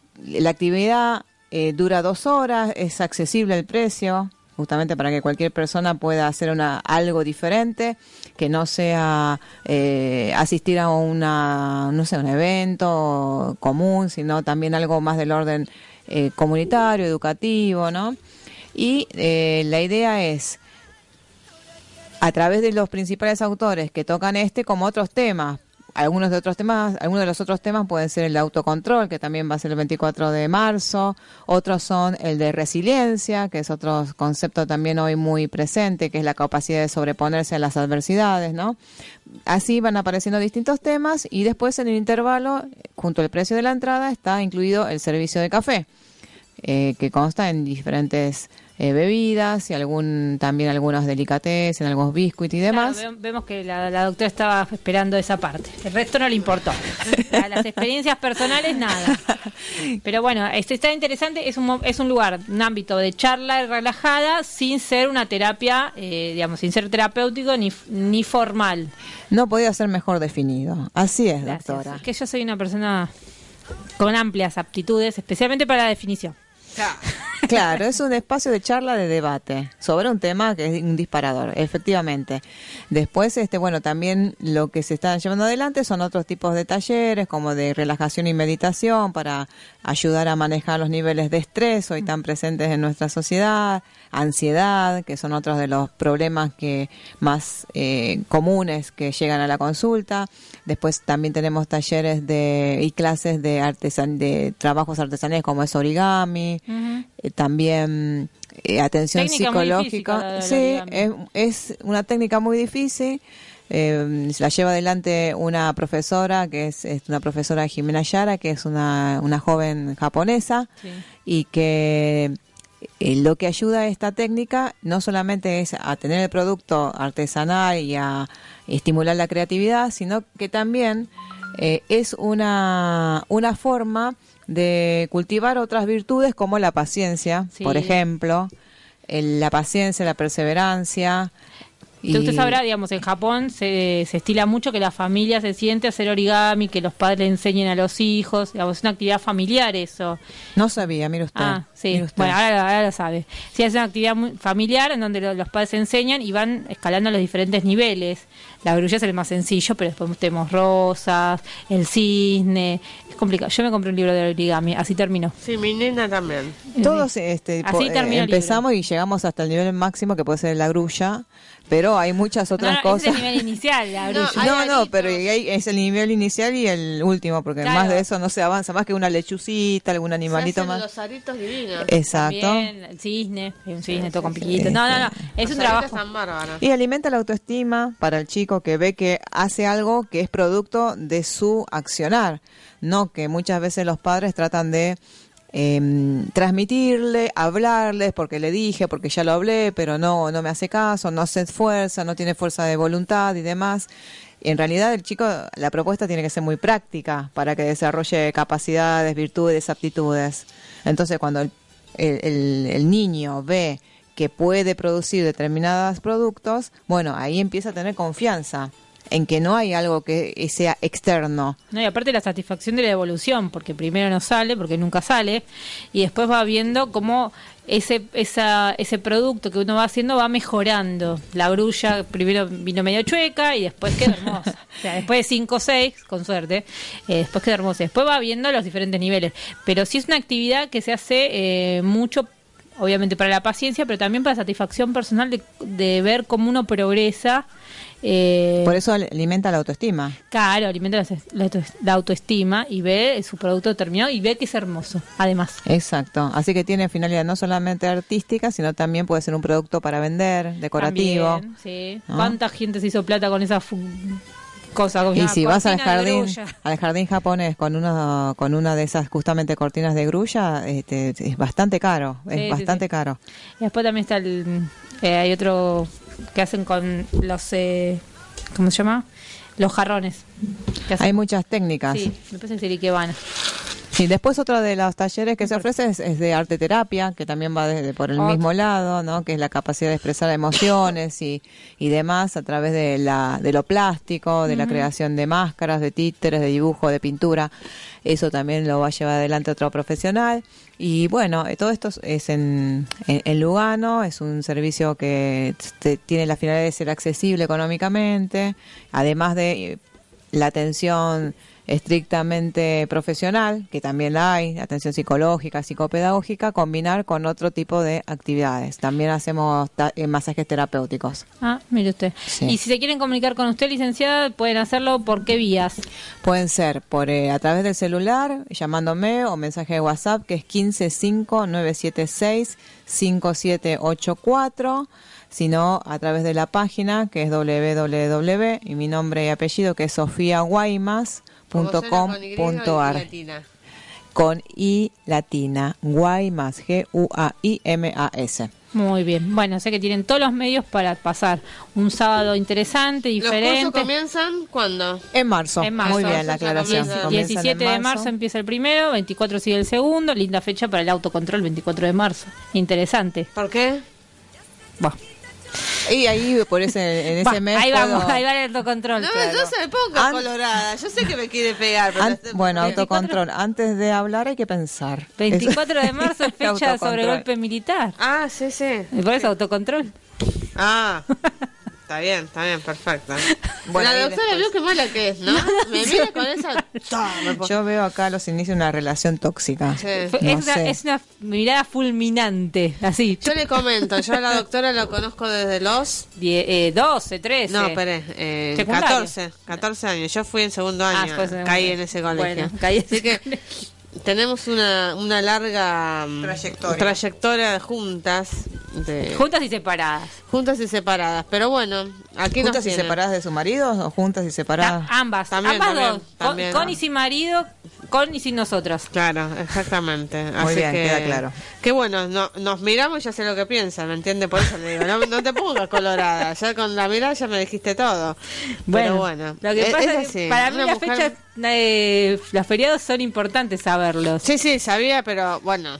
la actividad eh, dura dos horas, es accesible el precio, justamente para que cualquier persona pueda hacer una algo diferente, que no sea eh, asistir a una, no sé, un evento común, sino también algo más del orden eh, comunitario, educativo, ¿no? Y eh, la idea es, a través de los principales autores que tocan este, como otros temas, algunos de otros temas, algunos de los otros temas pueden ser el de autocontrol, que también va a ser el veinticuatro de marzo, otros son el de resiliencia, que es otro concepto también hoy muy presente, que es la capacidad de sobreponerse a las adversidades, ¿no? Así van apareciendo distintos temas y después en el intervalo, junto al precio de la entrada, está incluido el servicio de café, eh, que consta en diferentes Eh, bebidas y algún también algunos delicatessen, algunos biscuits y demás. Claro, vemos que la, la doctora estaba esperando esa parte. El resto no le importó. A las experiencias personales, nada. Pero bueno, este está interesante. Es un, es un lugar, un ámbito de charla relajada sin ser una terapia, eh, digamos, sin ser terapéutico ni, ni formal. No podía ser mejor definido. Así es, Gracias. doctora. Es que yo soy una persona con amplias aptitudes, especialmente para la definición. Claro, es un espacio de charla, de debate sobre un tema que es un disparador, efectivamente. Después, este, bueno, también lo que se está llevando adelante son otros tipos de talleres, como de relajación y meditación para ayudar a manejar los niveles de estrés hoy tan presentes en nuestra sociedad, ansiedad, que son otros de los problemas que más eh, comunes que llegan a la consulta. Después también tenemos talleres de y clases de artesan de trabajos artesanales como es origami, uh-huh. eh, también eh, atención técnica psicológica. Sí, es, es una técnica muy difícil. Eh, la lleva adelante una profesora que es, es una profesora Jimena Yara, que es una, una joven japonesa, sí. y que eh, lo que ayuda a esta técnica no solamente es a tener el producto artesanal y a estimular la creatividad, sino que también eh, es una, una forma de cultivar otras virtudes como la paciencia, sí. por ejemplo, el, la paciencia, la perseverancia. Y usted sabrá, digamos, en Japón se, se estila mucho que la familia se siente a hacer origami, que los padres le enseñen a los hijos, digamos, es una actividad familiar eso. No sabía, mire usted. Ah, sí, mire usted. Bueno, ahora, ahora lo sabe. Sí, es una actividad muy familiar en donde lo, los padres enseñan y van escalando los diferentes niveles. La grulla es el más sencillo, pero después tenemos rosas, el cisne, es complicado. Yo me compré un libro de origami, así terminó. Sí, mi nena también. Todos este, así po, terminó eh, empezamos y llegamos hasta el nivel máximo que puede ser la grulla. Pero hay muchas otras no, no, cosas. Es el nivel inicial, la grulla. No, no, no pero hay, es el nivel inicial y el último, porque claro. más de eso no se avanza, más que una lechucita, algún animalito más. Los aritos divinos. Exacto. También, el cisne, hay un cisne sí, todo con piquitos. Sí, no, no, no, es los un trabajo. Y alimenta la autoestima para el chico que ve que hace algo que es producto de su accionar, no que muchas veces los padres tratan de eh, transmitirle, hablarles, porque le dije, porque ya lo hablé, pero no, no me hace caso, no se esfuerza, no tiene fuerza de voluntad y demás. En realidad el chico, la propuesta tiene que ser muy práctica para que desarrolle capacidades, virtudes, aptitudes. Entonces cuando el, el, el niño ve que puede producir determinados productos, bueno, ahí empieza a tener confianza en que no hay algo que sea externo. No, y aparte la satisfacción de la evolución, porque primero no sale, porque nunca sale, y después va viendo cómo ese esa, ese producto que uno va haciendo va mejorando. La grulla primero vino medio chueca y después quedó hermosa. O sea, después de cinco o seis, con suerte, eh, después quedó hermosa. Después va viendo los diferentes niveles. Pero sí es una actividad que se hace eh, mucho, obviamente para la paciencia, pero también para la satisfacción personal de, de ver cómo uno progresa. Eh, Por eso alimenta la autoestima. Claro, alimenta la, la, la autoestima y ve su producto terminado y ve que es hermoso, además. Exacto, así que tiene finalidad no solamente artística, sino también puede ser un producto para vender, decorativo. También, sí. ¿No? ¿Cuánta gente se hizo plata con esa fu- cosa? Con Y una si vas al cortina de jardín, grulla. al jardín japonés con una, con una de esas justamente cortinas de grulla, este, es bastante caro, es Sí, sí, bastante sí. caro. Y después también está el... Eh, hay otro que hacen con los... Eh, ¿Cómo se llama? Los jarrones. Que hacen- Hay muchas técnicas. Sí, me parece que es ikebana. Sí, después otro de los talleres que se ofrece es, es de arte terapia, que también va desde por el Otro. mismo lado, ¿no? Que es la capacidad de expresar emociones y, y demás a través de la de lo plástico, de la creación de máscaras, de títeres, de dibujo, de pintura. Eso también lo va a llevar adelante otro profesional. Y bueno, eh, todo esto es en, en, en Lugano, es un servicio que te- tiene la finalidad de ser accesible económicamente, además de eh, la atención estrictamente profesional, que también la hay, atención psicológica, psicopedagógica, combinar con otro tipo de actividades. También hacemos ta- eh, masajes terapéuticos. Ah, mire usted. Sí. Y si se quieren comunicar con usted, licenciada, pueden hacerlo por qué vías. Pueden ser por eh, a través del celular, llamándome, o mensaje de WhatsApp, que es quince cinco nueve siete seis cinco siete ocho cuatro, sino a través de la página, que es doble u doble u doble u, y mi nombre y apellido, que es sofía guaymas punto com punto ar, con I latina, Guaymas, G U A I M A S. Muy bien. Bueno, sé que tienen todos los medios para pasar un sábado interesante, ¿Los diferente. cursos comienzan cuándo? En marzo. En marzo. Muy bien la Ya aclaración. comienza. Comienzan en diecisiete de marzo empieza el primero, veinticuatro sigue el segundo. Linda fecha para el autocontrol, veinticuatro de marzo. Interesante. ¿Por qué? Buah. Y ahí, por ese, en ese Buah, mes ahí puedo- vamos, ahí va el autocontrol. No, Claro. yo se me pongo An- colorada. Yo sé que me quiere pegar, pero... An- este- bueno, porque- autocontrol. Antes de hablar hay que pensar. veinticuatro Eso- de marzo es fecha Autocontrol. sobre golpe militar. Ah, sí, sí. ¿Y por eso autocontrol? Ah, está bien, está bien, perfecto. Bueno, la ahí doctora después- vio qué mala que es, ¿no? Me mira con esa... Ta, me pon- Yo veo acá los inicios de una relación tóxica. Sí. Fue- No es, una, sé. es una mirada fulminante, así. Yo le comento, yo a la doctora lo conozco desde los... Die- eh, doce, trece. No, esperé, eh, Secundario. catorce, catorce años. Yo fui en segundo Ah, año, fue segundo caí año. en ese colegio. Bueno, caí en Así ese que colegio. tenemos una, una larga mm, Trayectoria. trayectoria juntas, de, Juntas y separadas. juntas y separadas. Pero bueno, aquí nos ¿Juntas y tienen. separadas de su marido o juntas y separadas? Ah, ambas, También, ambas también, dos. también. Con, con y sin marido, con y sin nosotras. Claro, exactamente. Muy Así bien, que, queda claro. Que bueno, no, nos miramos y ya sé lo que piensan, ¿me entiende? Por eso le digo, no, no te pongas colorada. Ya con la mirada ya me dijiste todo. Pero bueno, Lo que es- pasa es es que así. para mí Una las mujer- fechas, eh, los feriados son importantes saberlos. Sí, sí, sabía, pero bueno,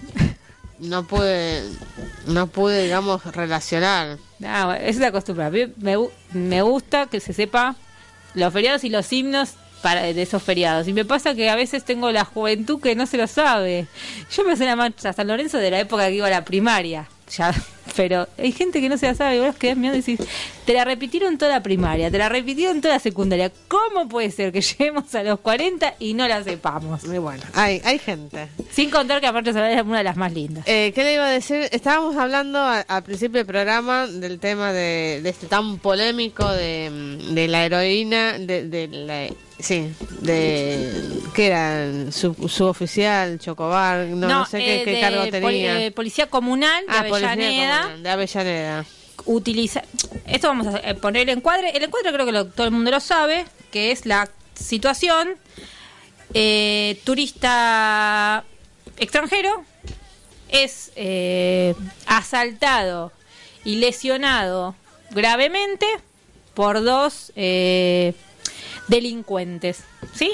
no pude, no pude, digamos, relacionar. No, es la costumbre. A mí me, gu- me gusta que se sepa los feriados y los himnos para, de esos feriados. Y me pasa que a veces tengo la juventud que no se lo sabe. Yo me sé la marcha San Lorenzo de la época que iba a la primaria. Ya, pero hay gente que no se la sabe. Y vos quedás mirando y decís, te la repitieron toda la primaria, te la repitieron toda la secundaria. ¿Cómo puede ser que lleguemos a los cuarenta y no la sepamos? Muy bueno, hay, hay gente. Sin contar que aparte es una de las más lindas. Eh, ¿Qué le iba a decir? Estábamos hablando a- al principio del programa del tema de, de este tan polémico de, de la heroína, de, de la, sí, de ¿qué era? Su, su oficial, Chocobar, no, no sé qué, eh, qué de cargo poli- tenía. eh, Policía Comunal de Ah, Policía Avellaneda. Comunal, de Avellaneda. Utiliza, esto vamos a eh, poner el encuadre. El encuadre creo que lo- todo el mundo lo sabe, que es la situación. Eh, turista extranjero es eh, asaltado y lesionado gravemente por dos eh, delincuentes, ¿sí?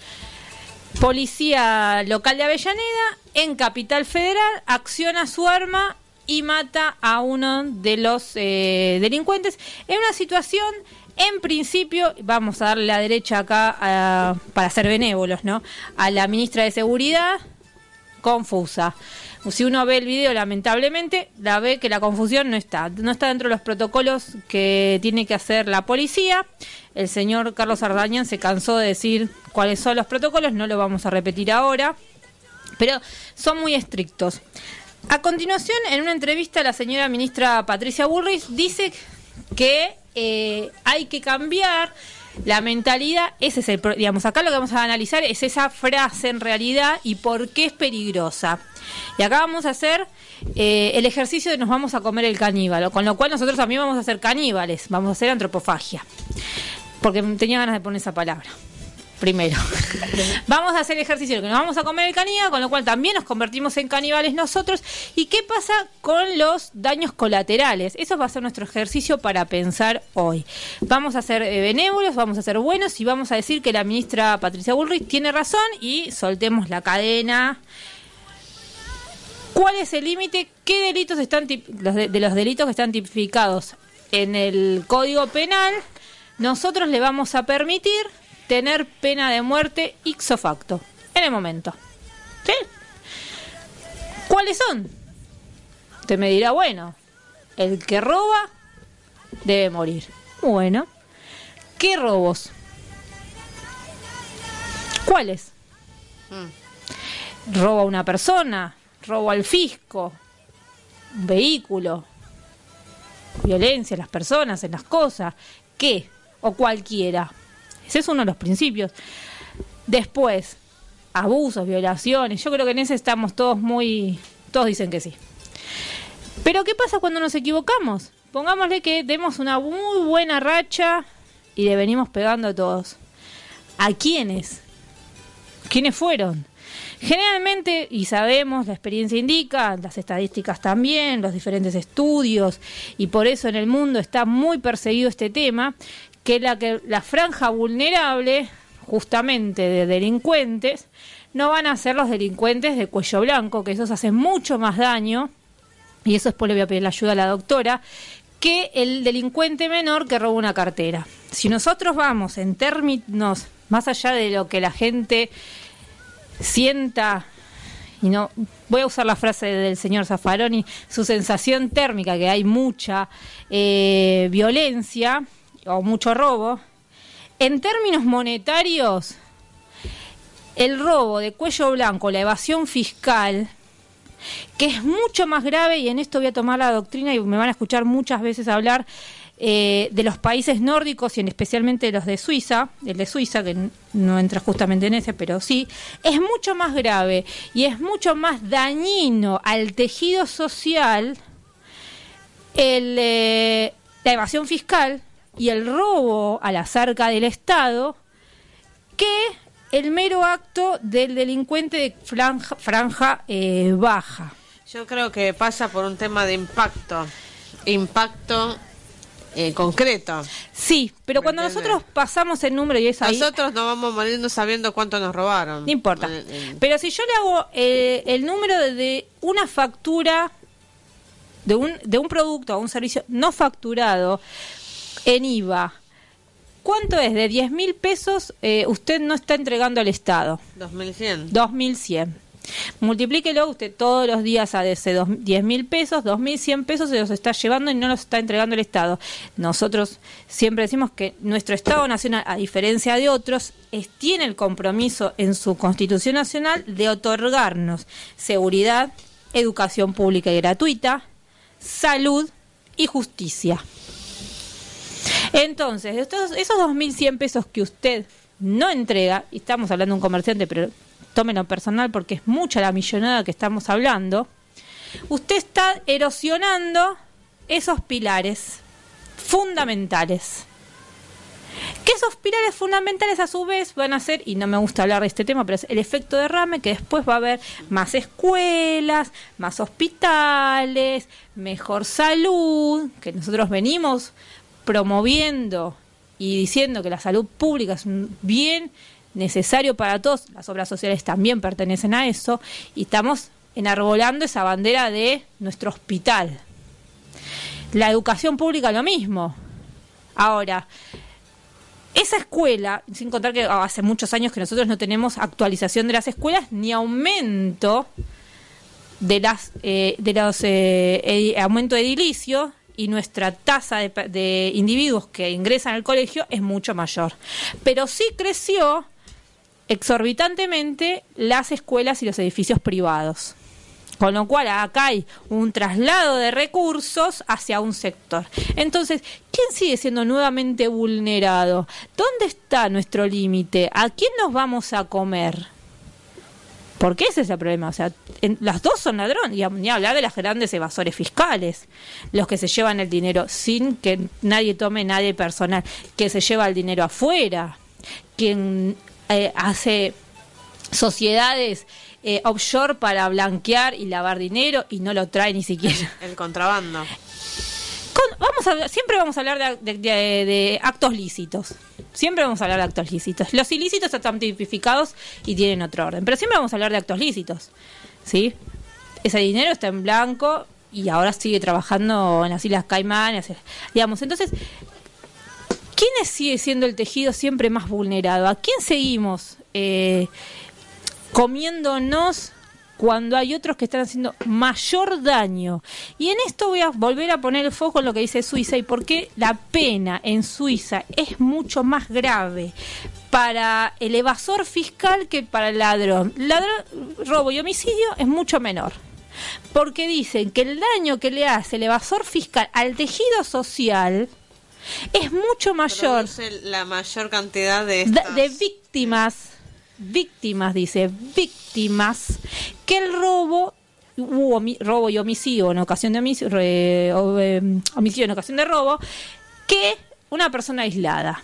Policía local de Avellaneda, en Capital Federal, acciona su arma y mata a uno de los eh, delincuentes en una situación, en principio, vamos a darle la derecha acá a, para ser benévolos, ¿no?, a la ministra de Seguridad, confusa. Si uno ve el video, lamentablemente, la ve que la confusión no está. No está dentro de los protocolos que tiene que hacer la policía. El señor Carlos Ardañán se cansó de decir cuáles son los protocolos, no lo vamos a repetir ahora, pero son muy estrictos. A continuación, en una entrevista, la señora ministra Patricia Bullrich dice que eh, hay que cambiar la mentalidad. Ese es el, digamos, acá lo que vamos a analizar es esa frase en realidad y por qué es peligrosa. Y acá vamos a hacer eh, el ejercicio de nos vamos a comer el caníbal, con lo cual nosotros también vamos a ser caníbales, vamos a hacer antropofagia, porque tenía ganas de poner esa palabra. Primero, vamos a hacer el ejercicio de que nos vamos a comer el caníbal, con lo cual también nos convertimos en caníbales nosotros. ¿Y qué pasa con los daños colaterales? Eso va a ser nuestro ejercicio para pensar hoy. Vamos a ser eh, benévolos, vamos a ser buenos y vamos a decir que la ministra Patricia Bullrich tiene razón y soltemos la cadena. ¿Cuál es el límite? ¿Qué delitos están tip- los de, de los delitos que están tipificados en el Código Penal? Nosotros le vamos a permitir tener pena de muerte ipso facto, en el momento. ¿Sí? ¿Cuáles son? Usted me dirá, bueno, el que roba debe morir. Bueno, ¿qué robos? ¿Cuáles? Mm. Roba a una persona, robo al fisco, un vehículo, violencia en las personas, en las cosas, ¿qué? O cualquiera. Ese es uno de los principios. Después, abusos, violaciones. Yo creo que en ese estamos todos muy... Todos dicen que sí. Pero ¿qué pasa cuando nos equivocamos? Pongámosle que demos una muy buena racha y le venimos pegando a todos. ¿A quiénes? ¿Quiénes fueron? Generalmente, y sabemos, la experiencia indica, las estadísticas también, los diferentes estudios, y por eso en el mundo está muy perseguido este tema, que la, que la franja vulnerable, justamente de delincuentes, no van a ser los delincuentes de cuello blanco, que esos hacen mucho más daño, y eso después le voy a pedir la ayuda a la doctora, que el delincuente menor que roba una cartera. Si nosotros vamos en términos, más allá de lo que la gente sienta, y no voy a usar la frase del señor Zaffaroni, su sensación térmica, que hay mucha eh, violencia o mucho robo, en términos monetarios, el robo de cuello blanco, la evasión fiscal, que es mucho más grave, y en esto voy a tomar la doctrina y me van a escuchar muchas veces hablar eh, de los países nórdicos y en especialmente los de Suiza, el de Suiza, que no entra justamente en ese, pero sí, es mucho más grave y es mucho más dañino al tejido social el, eh, la evasión fiscal y el robo a la arcas del Estado que el mero acto del delincuente de franja, franja eh, baja. Yo creo que pasa por un tema de impacto, impacto eh, concreto. Sí, pero cuando ¿entiendes? Nosotros pasamos el número y es ahí... Nosotros no vamos muriendo sabiendo cuánto nos robaron. No importa. Eh, eh. Pero si yo le hago eh, el número de, de una factura, de un, de un producto o un servicio no facturado en I V A, ¿cuánto es? De diez mil pesos eh, usted no está entregando al Estado. dos mil cien. dos mil cien. Multiplíquelo usted todos los días a ese diez mil pesos, dos mil cien pesos se los está llevando y no los está entregando el Estado. Nosotros siempre decimos que nuestro Estado Nacional, a diferencia de otros, es, tiene el compromiso en su Constitución Nacional de otorgarnos seguridad, educación pública y gratuita, salud y justicia. Entonces, estos, esos dos mil cien pesos que usted no entrega, y estamos hablando de un comerciante, pero tómenlo personal porque es mucha la millonada que estamos hablando, usted está erosionando esos pilares fundamentales Que esos pilares fundamentales a su vez van a ser, y no me gusta hablar de este tema, pero es el efecto derrame, que después va a haber más escuelas, más hospitales, mejor salud, que nosotros venimos promoviendo y diciendo que la salud pública es un bien necesario para todos. Las obras sociales también pertenecen a eso, y estamos enarbolando esa bandera de nuestro hospital. La educación pública lo mismo. Ahora, esa escuela, sin contar que hace muchos años que nosotros no tenemos actualización de las escuelas ni aumento de las eh, de los eh, ed- aumento edilicio, y nuestra tasa de, de individuos que ingresan al colegio es mucho mayor. Pero sí creció exorbitantemente las escuelas y los edificios privados. Con lo cual acá hay un traslado de recursos hacia un sector. Entonces, ¿quién sigue siendo nuevamente vulnerado? ¿Dónde está nuestro límite? ¿A quién nos vamos a comer? Porque ese es el problema. O sea, en, las dos son ladrones. Y ni hablar de las grandes evasores fiscales. Los que se llevan el dinero sin que nadie tome nadie personal. Que se lleva el dinero afuera. Quien eh, hace sociedades Eh, offshore para blanquear y lavar dinero y no lo trae ni siquiera. El contrabando. Con, vamos a, siempre vamos a hablar de, de, de, de actos lícitos. Siempre vamos a hablar de actos lícitos. Los ilícitos están tipificados y tienen otro orden. Pero siempre vamos a hablar de actos lícitos. ¿Sí? Ese dinero está en blanco y ahora sigue trabajando en las Islas Caimán. Digamos, entonces, ¿quién sigue siendo el tejido siempre más vulnerado? ¿A quién seguimos Eh, comiéndonos cuando hay otros que están haciendo mayor daño? Y en esto voy a volver a poner el foco en lo que dice Suiza y por qué la pena en Suiza es mucho más grave para el evasor fiscal que para el ladrón. Ladrón, robo y homicidio es mucho menor, porque dicen que el daño que le hace el evasor fiscal al tejido social es mucho mayor. Produce la mayor cantidad de estas... de, de víctimas víctimas, dice, víctimas, que el robo, u homi, robo y homicidio en ocasión de homicidio, re, o, eh, homicidio en ocasión de robo, que una persona aislada.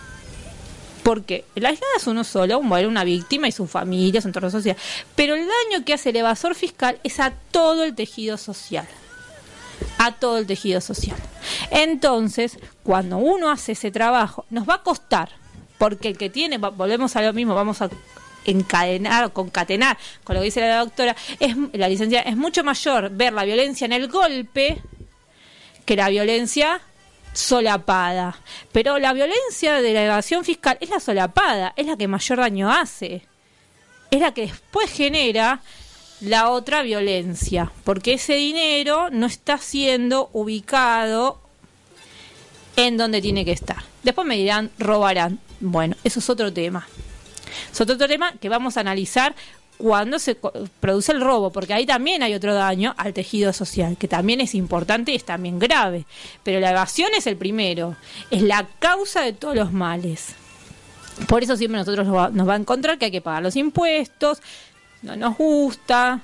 Porque el aislado es uno solo, bueno, una víctima y su familia, su entorno social. Pero el daño que hace el evasor fiscal es a todo el tejido social. A todo el tejido social. Entonces, cuando uno hace ese trabajo, nos va a costar. Porque el que tiene, volvemos a lo mismo, vamos a encadenar, concatenar con lo que dice la doctora, es la licenciada, es mucho mayor ver la violencia en el golpe que la violencia solapada. Pero la violencia de la evasión fiscal es la solapada, es la que mayor daño hace. Es la que después genera la otra violencia, porque ese dinero no está siendo ubicado en donde tiene que estar. Después me dirán, robarán. Bueno, eso es otro tema. Es otro tema que vamos a analizar cuando se produce el robo, porque ahí también hay otro daño al tejido social, que también es importante y es también grave. Pero la evasión es el primero, es la causa de todos los males. Por eso siempre nosotros nos va, nos va a encontrar que hay que pagar los impuestos, no nos gusta,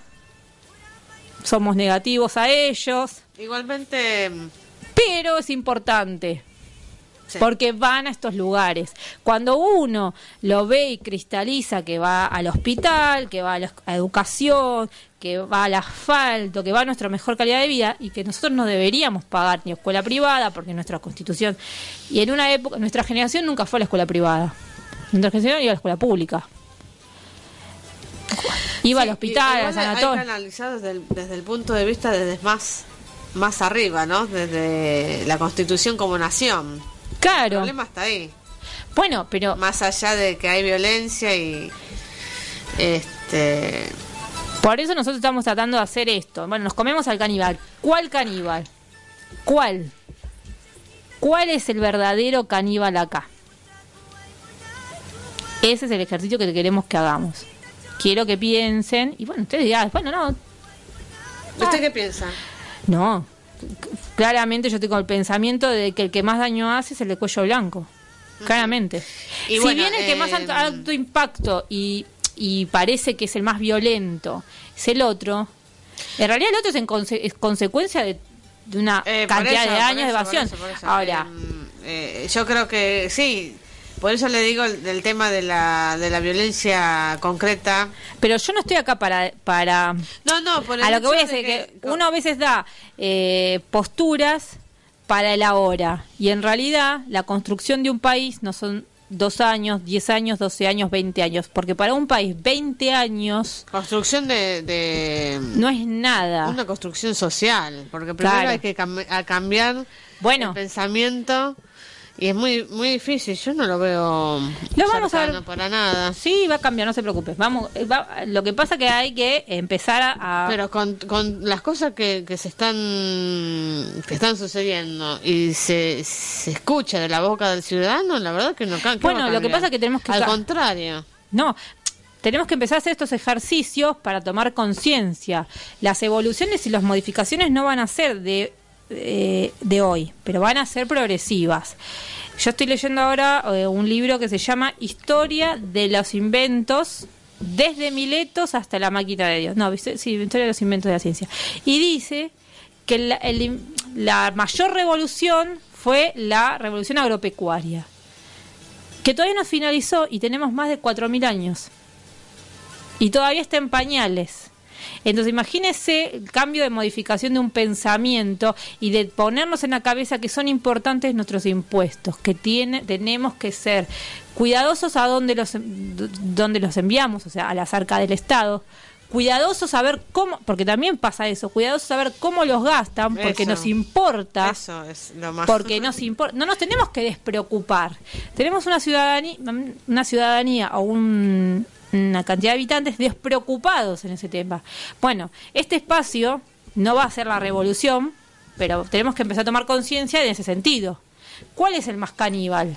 somos negativos a ellos. Igualmente... Pero es importante. Sí. Porque van a estos lugares. Cuando uno lo ve y cristaliza que va al hospital, que va a la educación, que va al asfalto, que va a nuestra mejor calidad de vida, y que nosotros no deberíamos pagar ni escuela privada, porque nuestra constitución, y en una época, nuestra generación nunca fue a la escuela privada. Nuestra generación iba a la escuela pública. Iba sí, al hospital, al sanatorio. Hay que analizar desde el, desde el punto de vista desde más, más arriba, ¿no? Desde la constitución como nación. Claro. El problema está ahí. Bueno, pero más allá de que hay violencia y este por eso nosotros estamos tratando de hacer esto. Bueno, nos comemos al caníbal. ¿Cuál caníbal? ¿Cuál? ¿Cuál es el verdadero caníbal acá? Ese es el ejercicio que queremos que hagamos. Quiero que piensen y bueno, ustedes dirán, bueno, no. ¿Usted qué piensa? No. Claramente yo estoy con el pensamiento de que el que más daño hace es el de cuello blanco. Claramente. Y si bueno, bien el que eh, más alto, alto impacto y, y parece que es el más violento es el otro, en realidad el otro es, en conse- es consecuencia de, de una eh, cantidad eso, de años eso, de evasión. por eso, por eso. Ahora, eh, eh, yo creo que sí, Por eso le digo el- del tema de la, de la violencia concreta. Pero yo no estoy acá para... para No, no, por el a lo que voy a hecho de decir, que uno a veces da eh, posturas para el ahora, y en realidad la construcción de un país no son dos años, diez años, doce años, veinte años, porque para un país veinte años Construcción de... de no es nada. una construcción social, porque primero Claro. hay que cam- a cambiar Bueno. el pensamiento y es muy muy difícil. Yo no lo veo Lo vamos a cercano ver. para nada. Sí, va a cambiar, no se preocupe. Vamos, eh, va- lo que pasa que hay que empezar a... a- Pero con, con las cosas que, que se están que están sucediendo y se, se escucha de la boca del ciudadano, la verdad que no can- ¿qué Bueno, va a lo que cambiar? pasa es que tenemos que al ca- contrario. No, tenemos que empezar a hacer estos ejercicios para tomar conciencia. Las evoluciones y las modificaciones no van a ser de, eh, de hoy, pero van a ser progresivas. Yo estoy leyendo ahora eh, un libro que se llama Historia de los inventos desde Miletos hasta la máquina de Dios. No, ¿viste? Sí, Historia de los inventos de la ciencia. Y dice que la, el- la mayor revolución fue la revolución agropecuaria, que todavía no finalizó y tenemos más de cuatro mil años. Y todavía está en pañales. Entonces imagínese el cambio de modificación de un pensamiento y de ponernos en la cabeza que son importantes nuestros impuestos, que tiene, tenemos que ser cuidadosos a dónde los, dónde los enviamos, o sea, a las arcas del Estado. Cuidadosos a ver cómo, porque también pasa eso, cuidadosos a ver cómo los gastan, porque Eso. nos importa. Eso es lo más. Porque nos importa, no nos tenemos que despreocupar. Tenemos una ciudadanía, una ciudadanía o un- una cantidad de habitantes despreocupados en ese tema. Bueno, este espacio no va a ser la revolución, pero tenemos que empezar a tomar conciencia en ese sentido. ¿Cuál es el más caníbal?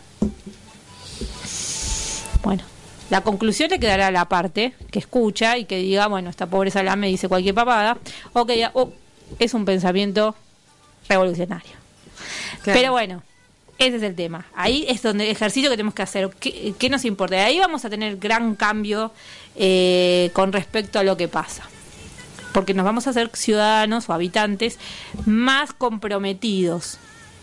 Bueno, la conclusión le quedará a la parte que escucha y que diga, bueno, esta pobre Salame dice cualquier papada, o que diga, oh, es un pensamiento revolucionario. Claro. Pero bueno, ese es el tema. Ahí es donde el ejercicio que tenemos que hacer. ¿Qué, qué nos importa? Ahí vamos a tener gran cambio eh, con respecto a lo que pasa. Porque nos vamos a hacer ciudadanos o habitantes más comprometidos.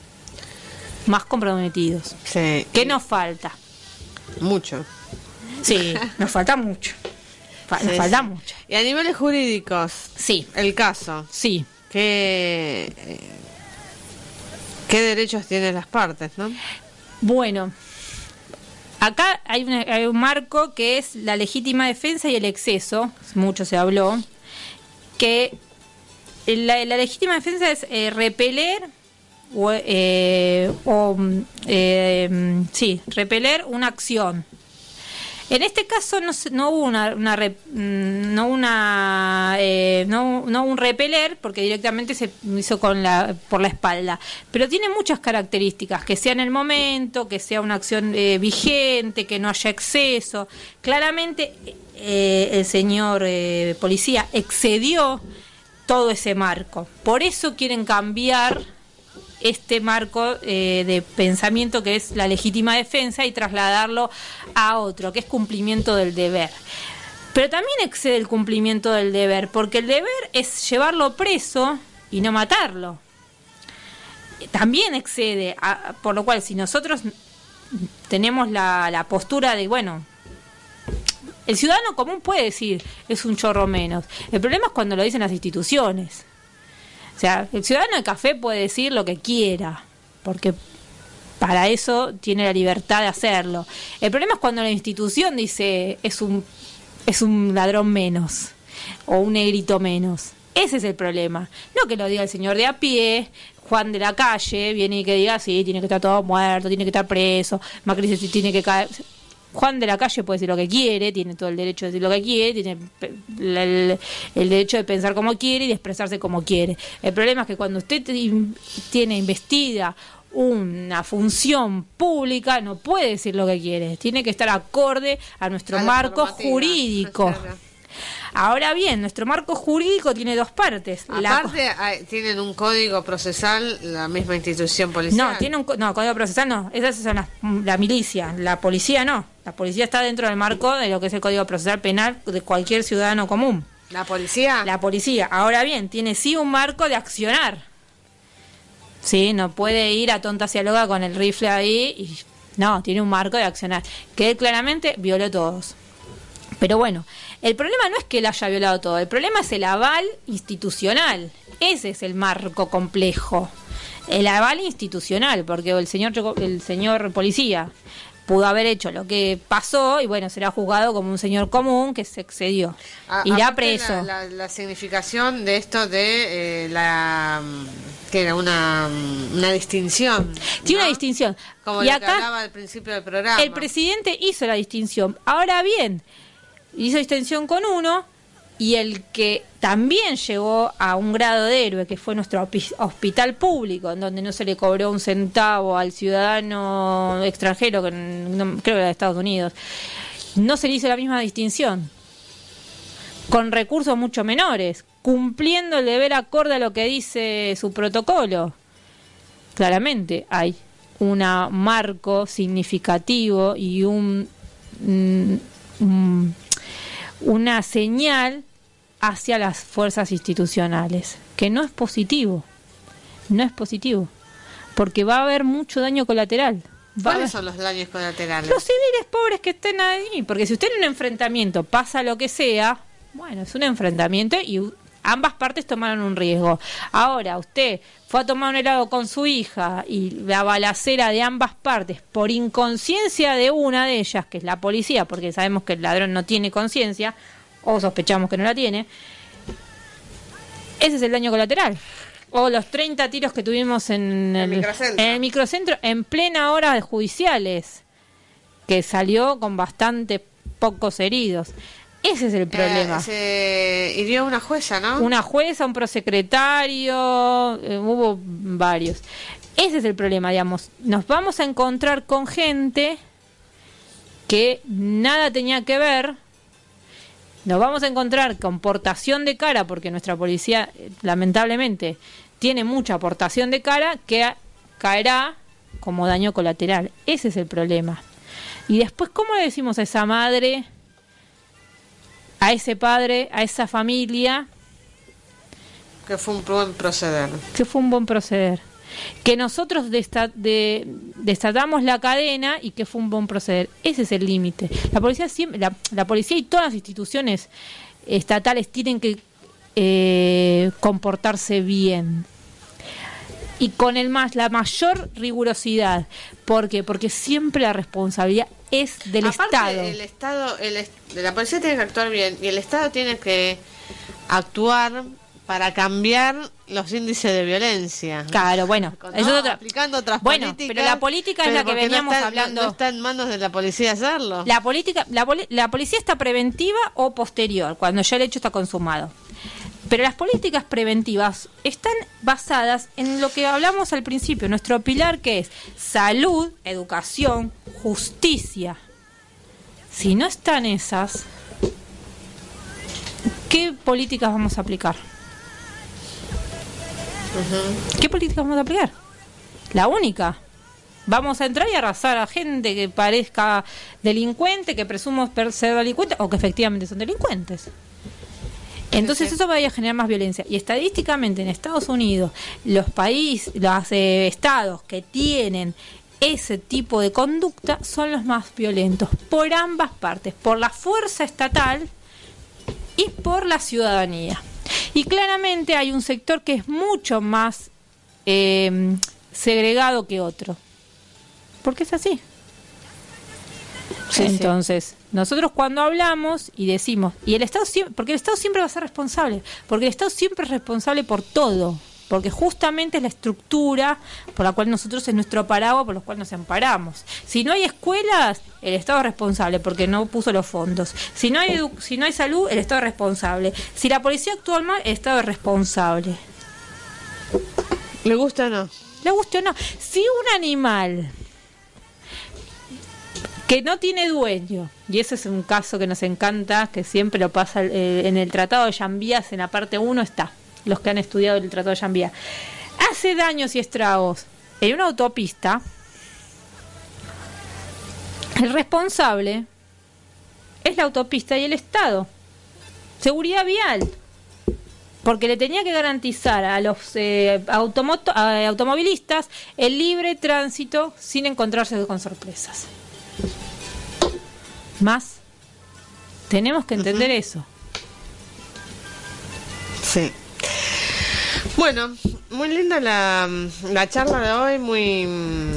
Más comprometidos. Sí. ¿Qué nos falta? Mucho. Sí, nos falta mucho. Fa- nos Sí, falta sí. mucho. Y a niveles jurídicos, Sí, el caso, sí. ¿qué, eh, qué derechos tienen las partes, no? Bueno, acá hay, una- hay un marco que es la legítima defensa y el exceso, mucho se habló, que la, la legítima defensa es eh, repeler o, eh, o, mm, eh, sí, repeler una acción. En este caso no, se- no hubo una, una re- mm, no una eh, no, no un repeler porque directamente se hizo con la por la espalda, pero tiene muchas características, que sea en el momento, que sea una acción eh, vigente, que no haya exceso. Claramente eh, el señor eh, policía excedió todo ese marco. Por eso quieren cambiar este marco eh, de pensamiento que es la legítima defensa y trasladarlo a otro, que es cumplimiento del deber. Pero también excede el cumplimiento del deber, porque el deber es llevarlo preso y no matarlo. También excede, a- por lo cual si nosotros tenemos la, la postura de, bueno, el ciudadano común puede decir, es un chorro menos. El problema es cuando lo dicen las instituciones. O sea, el ciudadano de café puede decir lo que quiera, porque para eso tiene la libertad de hacerlo. El problema es cuando la institución dice es un es un ladrón menos o un negrito menos. Ese es el problema. No que lo diga el señor de a pie, Juan de la calle, viene y que diga, sí, tiene que estar todo muerto, tiene que estar preso, Macri se tiene que caer. Juan de la calle puede decir lo que quiere, tiene todo el derecho de decir lo que quiere, tiene el, el- el derecho de pensar como quiere y de expresarse como quiere. El problema es que cuando usted ti- tiene investida una función pública, no puede decir lo que quiere, tiene que estar acorde a nuestro A la marco normativa. jurídico. Claro. Ahora bien, nuestro marco jurídico tiene dos partes. La- Aparte, hay- tienen un código procesal, la misma institución policial. No, tiene un co- no, código procesal no, esas son las- la milicia, la policía no. La policía está dentro del marco de lo que es el código procesal penal de cualquier ciudadano común. ¿La policía? La policía, ahora bien, tiene sí un marco de accionar. Sí, no puede ir a tonta y a loca con el rifle ahí y No, tiene un marco de accionar, que él claramente violó todos. Pero bueno, el problema no es que él haya violado todo, el problema es el aval institucional. Ese es el marco complejo. El aval institucional, porque el señor el señor policía pudo haber hecho lo que pasó y bueno, será juzgado como un señor común que se excedió. A, Irá preso. La, la, la significación de esto de eh, la que era una, una distinción. Tiene ¿no? una distinción. Como y lo acá, que hablaba al principio del programa. el presidente hizo la distinción. Ahora bien, hizo distinción con uno y el que también llegó a un grado de héroe, que fue nuestro hospital público, en donde no se le cobró un centavo al ciudadano extranjero, que no, creo que era de Estados Unidos, no se le hizo la misma distinción, con recursos mucho menores, cumpliendo el deber acorde a lo que dice su protocolo. Claramente hay un marco significativo y un, un, un una señal hacia las fuerzas institucionales, que no es positivo, no es positivo, porque va a haber mucho daño colateral. ¿Cuáles son los daños colaterales? Los civiles pobres que estén ahí, porque si usted en un enfrentamiento pasa lo que sea, bueno, es un enfrentamiento y ambas partes tomaron un riesgo. Ahora, usted fue a tomar un helado con su hija y la balacera de ambas partes por inconsciencia de una de ellas, que es la policía, porque sabemos que el ladrón no tiene conciencia, o sospechamos que no la tiene, ese es el daño colateral. O los treinta tiros que tuvimos en el, el microcentro. en el microcentro en plena hora de judiciales, que salió con bastante pocos heridos. Ese es el problema. Eh, se hirió una jueza, ¿no? Una jueza, un prosecretario, eh, hubo varios. Ese es el problema, digamos. Nos vamos a encontrar con gente que nada tenía que ver. Nos vamos a encontrar con portación de cara, porque nuestra policía, lamentablemente, tiene mucha aportación de cara que caerá como daño colateral. Ese es el problema. Y después, ¿cómo le decimos a esa madre, a ese padre, a esa familia? Que fue un buen proceder. Que fue un buen proceder. Que nosotros desta- de, desatamos la cadena y que fue un buen proceder. Ese es el límite. La policía siempre, la, la policía y todas las instituciones estatales tienen que eh, comportarse bien. Y con el más la mayor rigurosidad. ¿Por qué? Porque siempre la responsabilidad es del Aparte, Estado. El Estado, el est- la policía tiene que actuar bien y el Estado tiene que actuar para cambiar los índices de violencia. Claro, bueno, ¿No? eso es otra. Aplicando otras Bueno, políticas. pero la política es pero la que porque no veníamos está- hablando. No, no está en manos de la policía hacerlo. La política, la, poli- la policía está preventiva o posterior, cuando ya el hecho está consumado. Pero las políticas preventivas están basadas en lo que hablamos al principio, nuestro pilar, que es salud, educación, justicia. Si no están esas, ¿qué políticas vamos a aplicar? Uh-huh. ¿Qué políticas vamos a aplicar? La única. Vamos a entrar y arrasar a gente que parezca delincuente, que presumo ser delincuente o que efectivamente son delincuentes. Entonces eso va a generar más violencia. Y estadísticamente en Estados Unidos, los países, los eh, estados que tienen ese tipo de conducta son los más violentos, por ambas partes, por la fuerza estatal y por la ciudadanía. Y claramente hay un sector que es mucho más eh, segregado que otro, porque es así. Sí, Entonces, sí. nosotros cuando hablamos y decimos, y el Estado siempre, porque el Estado siempre va a ser responsable, porque el Estado siempre es responsable por todo, porque justamente es la estructura por la cual nosotros es nuestro paraguas, por los cuales nos amparamos. Si no hay escuelas, el Estado es responsable porque no puso los fondos. Si no hay edu- si no hay salud, el Estado es responsable. Si la policía actúa mal, el Estado es responsable. ¿Le gusta o no? ¿Le gusta o no? Si un animal que no tiene dueño, y ese es un caso que nos encanta, que siempre lo pasa eh, en el Tratado de Llambías, en la parte uno está, los que han estudiado el Tratado de Llambías, hace daños y estragos en una autopista, el responsable es la autopista y el Estado. Seguridad vial. porque le tenía que garantizar a los eh, automoto- a automovilistas el libre tránsito sin encontrarse con sorpresas. Más, tenemos que entender uh-huh. eso. Sí. Bueno, muy linda la, la charla de hoy, muy,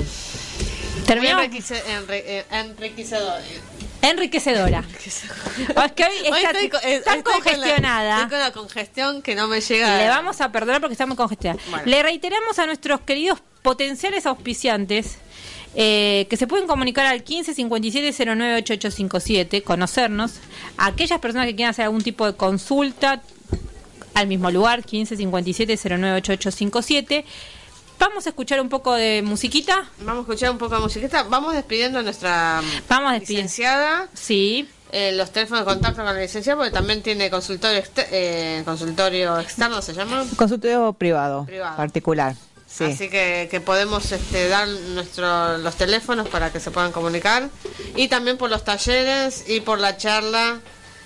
¿Terminó? muy enriquece, enri, enriquecedora. Enriquecedora. Es que hoy está hoy estoy, con- tan estoy congestionada. Con la, estoy con la congestión que no me llega. Le vamos a perdonar porque está muy congestionada. Bueno. Le reiteramos a nuestros queridos potenciales auspiciantes eh, que se pueden comunicar al quince cincuenta y siete cero nueve ocho ocho cinco siete, conocernos. Aquellas personas que quieran hacer algún tipo de consulta, al mismo lugar, quince cincuenta y siete cero nueve ocho ocho cinco siete. Vamos a escuchar un poco de musiquita. Vamos a escuchar un poco de musiquita. Vamos despidiendo a nuestra Vamos despidiendo. licenciada. Sí. Eh, los teléfonos de contacto con la licenciada, porque también tiene consultorio, exter- eh, consultorio externo, ¿se llama? Consultorio privado, Privado. particular. Sí. Así que, que podemos este, dar nuestro, los teléfonos para que se puedan comunicar. Y también por los talleres y por la charla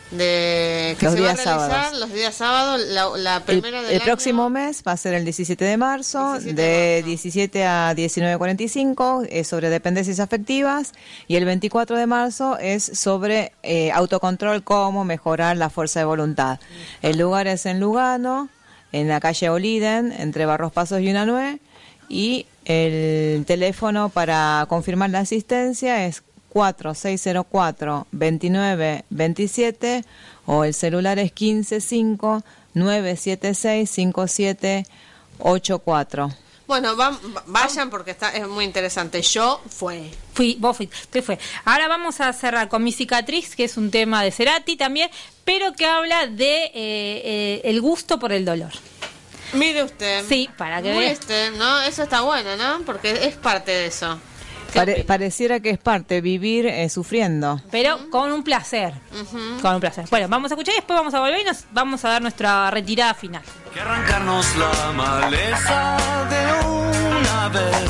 de que Los se va a días realizar sábados. los días sábados, la, la primera El, del el próximo año. mes va a ser el diecisiete de marzo, diecisiete de de marzo. diecisiete a diecinueve cuarenta y cinco, es sobre dependencias afectivas, y el veinticuatro de marzo es sobre eh, autocontrol, cómo mejorar la fuerza de voluntad. El lugar es en Lugano, en la calle Oliden, entre Barros Pasos y Unanue, y el teléfono para confirmar la asistencia es cuatro seis cero cuatro, veintinueve veintisiete, o el celular es quince cinco, nueve siete seis, cinco siete ocho cuatro. Bueno, va- vayan porque está es muy interesante. Yo fue. Fui, vos fuiste, usted fue. Ahora vamos a cerrar con Mi Cicatriz, que es un tema de Cerati también, pero que habla de eh, eh, el gusto por el dolor. Mire usted. Sí, para que Muy vea. este, ¿no? Eso está bueno, ¿no? Porque es parte de eso. ¿Qué Pare- opina? pareciera que es parte, vivir eh, sufriendo. Pero con un placer. Ujú. Con un placer. Bueno, vamos a escuchar y después vamos a volver y nos vamos a dar nuestra retirada final. Que arrancarnos la maleza de una vez.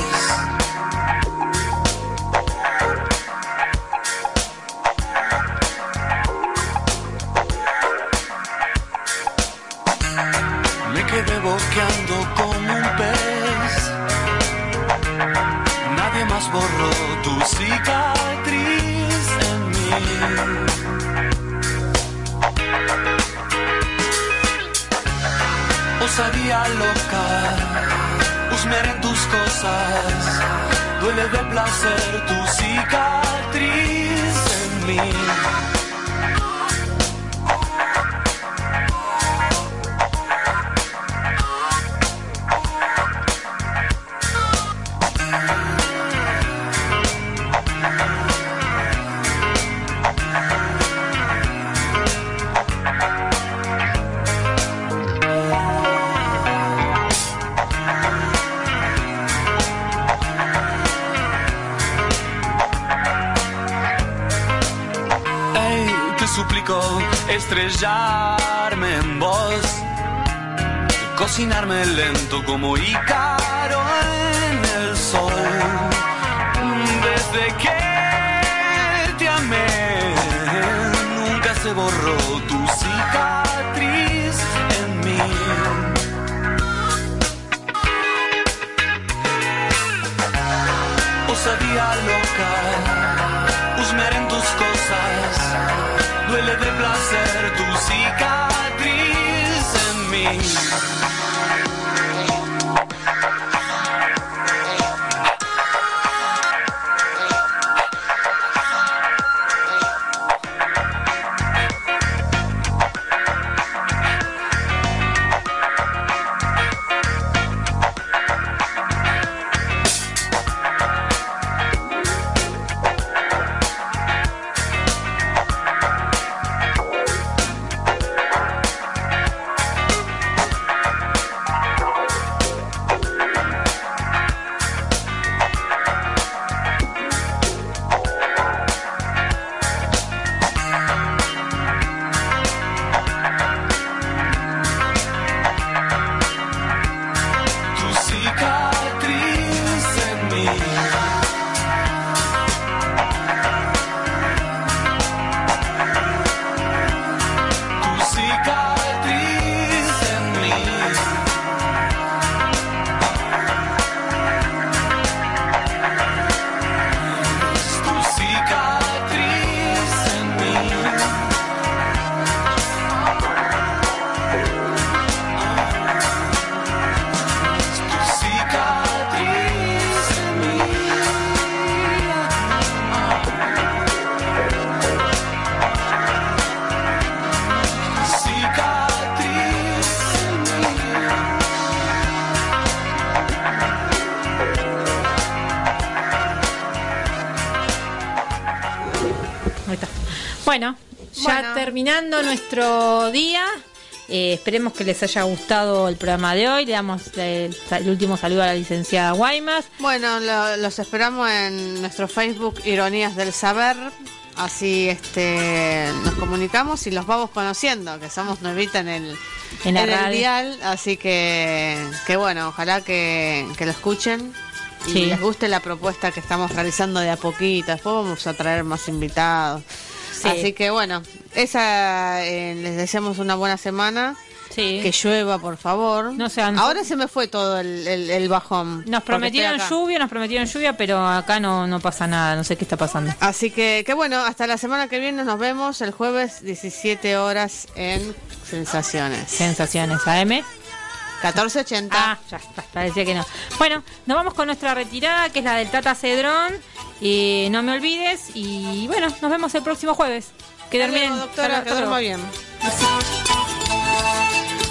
Me quedé boqueando como un pez. Nadie más borró tu cicatriz en mí. Osadía loca, husmear en tus cosas, duele de placer tu cicatriz en mí. Suplico estrellarme en vos, cocinarme lento como Ícaro en el sol. Desde que te amé, nunca se borró tu cicatriz en mí. Osadía loca, husmear en tus cosas, duele de placer tu cicatriz en mí. Ahí está. Bueno, ya Bueno. terminando nuestro día. Eh, esperemos que les haya gustado el programa de hoy. Le damos el, el último saludo a la licenciada Guaymas. Bueno, lo- los esperamos en nuestro Facebook Ironías del Saber. Así este nos comunicamos y los vamos conociendo, que somos nuevita en el, En la en el radio. dial. Así que, que bueno, ojalá que, que lo escuchen y Sí. les guste la propuesta que estamos realizando de a poquito. Después vamos a traer más invitados. Sí. Así que bueno, esa eh, les deseamos una buena semana. Sí. Que llueva, por favor. No sean- Ahora se me fue todo el, el, el bajón. Nos porque prometieron estoy acá. lluvia, nos prometieron lluvia, pero acá no, no pasa nada, no sé qué está pasando. Así que, que bueno, hasta la semana que viene nos vemos el jueves diecisiete horas en Sensaciones. Sensaciones, A M. catorce ochenta. Ah, ya está, parecía que no. Bueno, nos vamos con nuestra retirada, que es la del Tata Cedrón. Y no me olvides. Y bueno, nos vemos el próximo jueves. Que Hasta luego, terminen. doctora, Hasta que luego. duerma bien.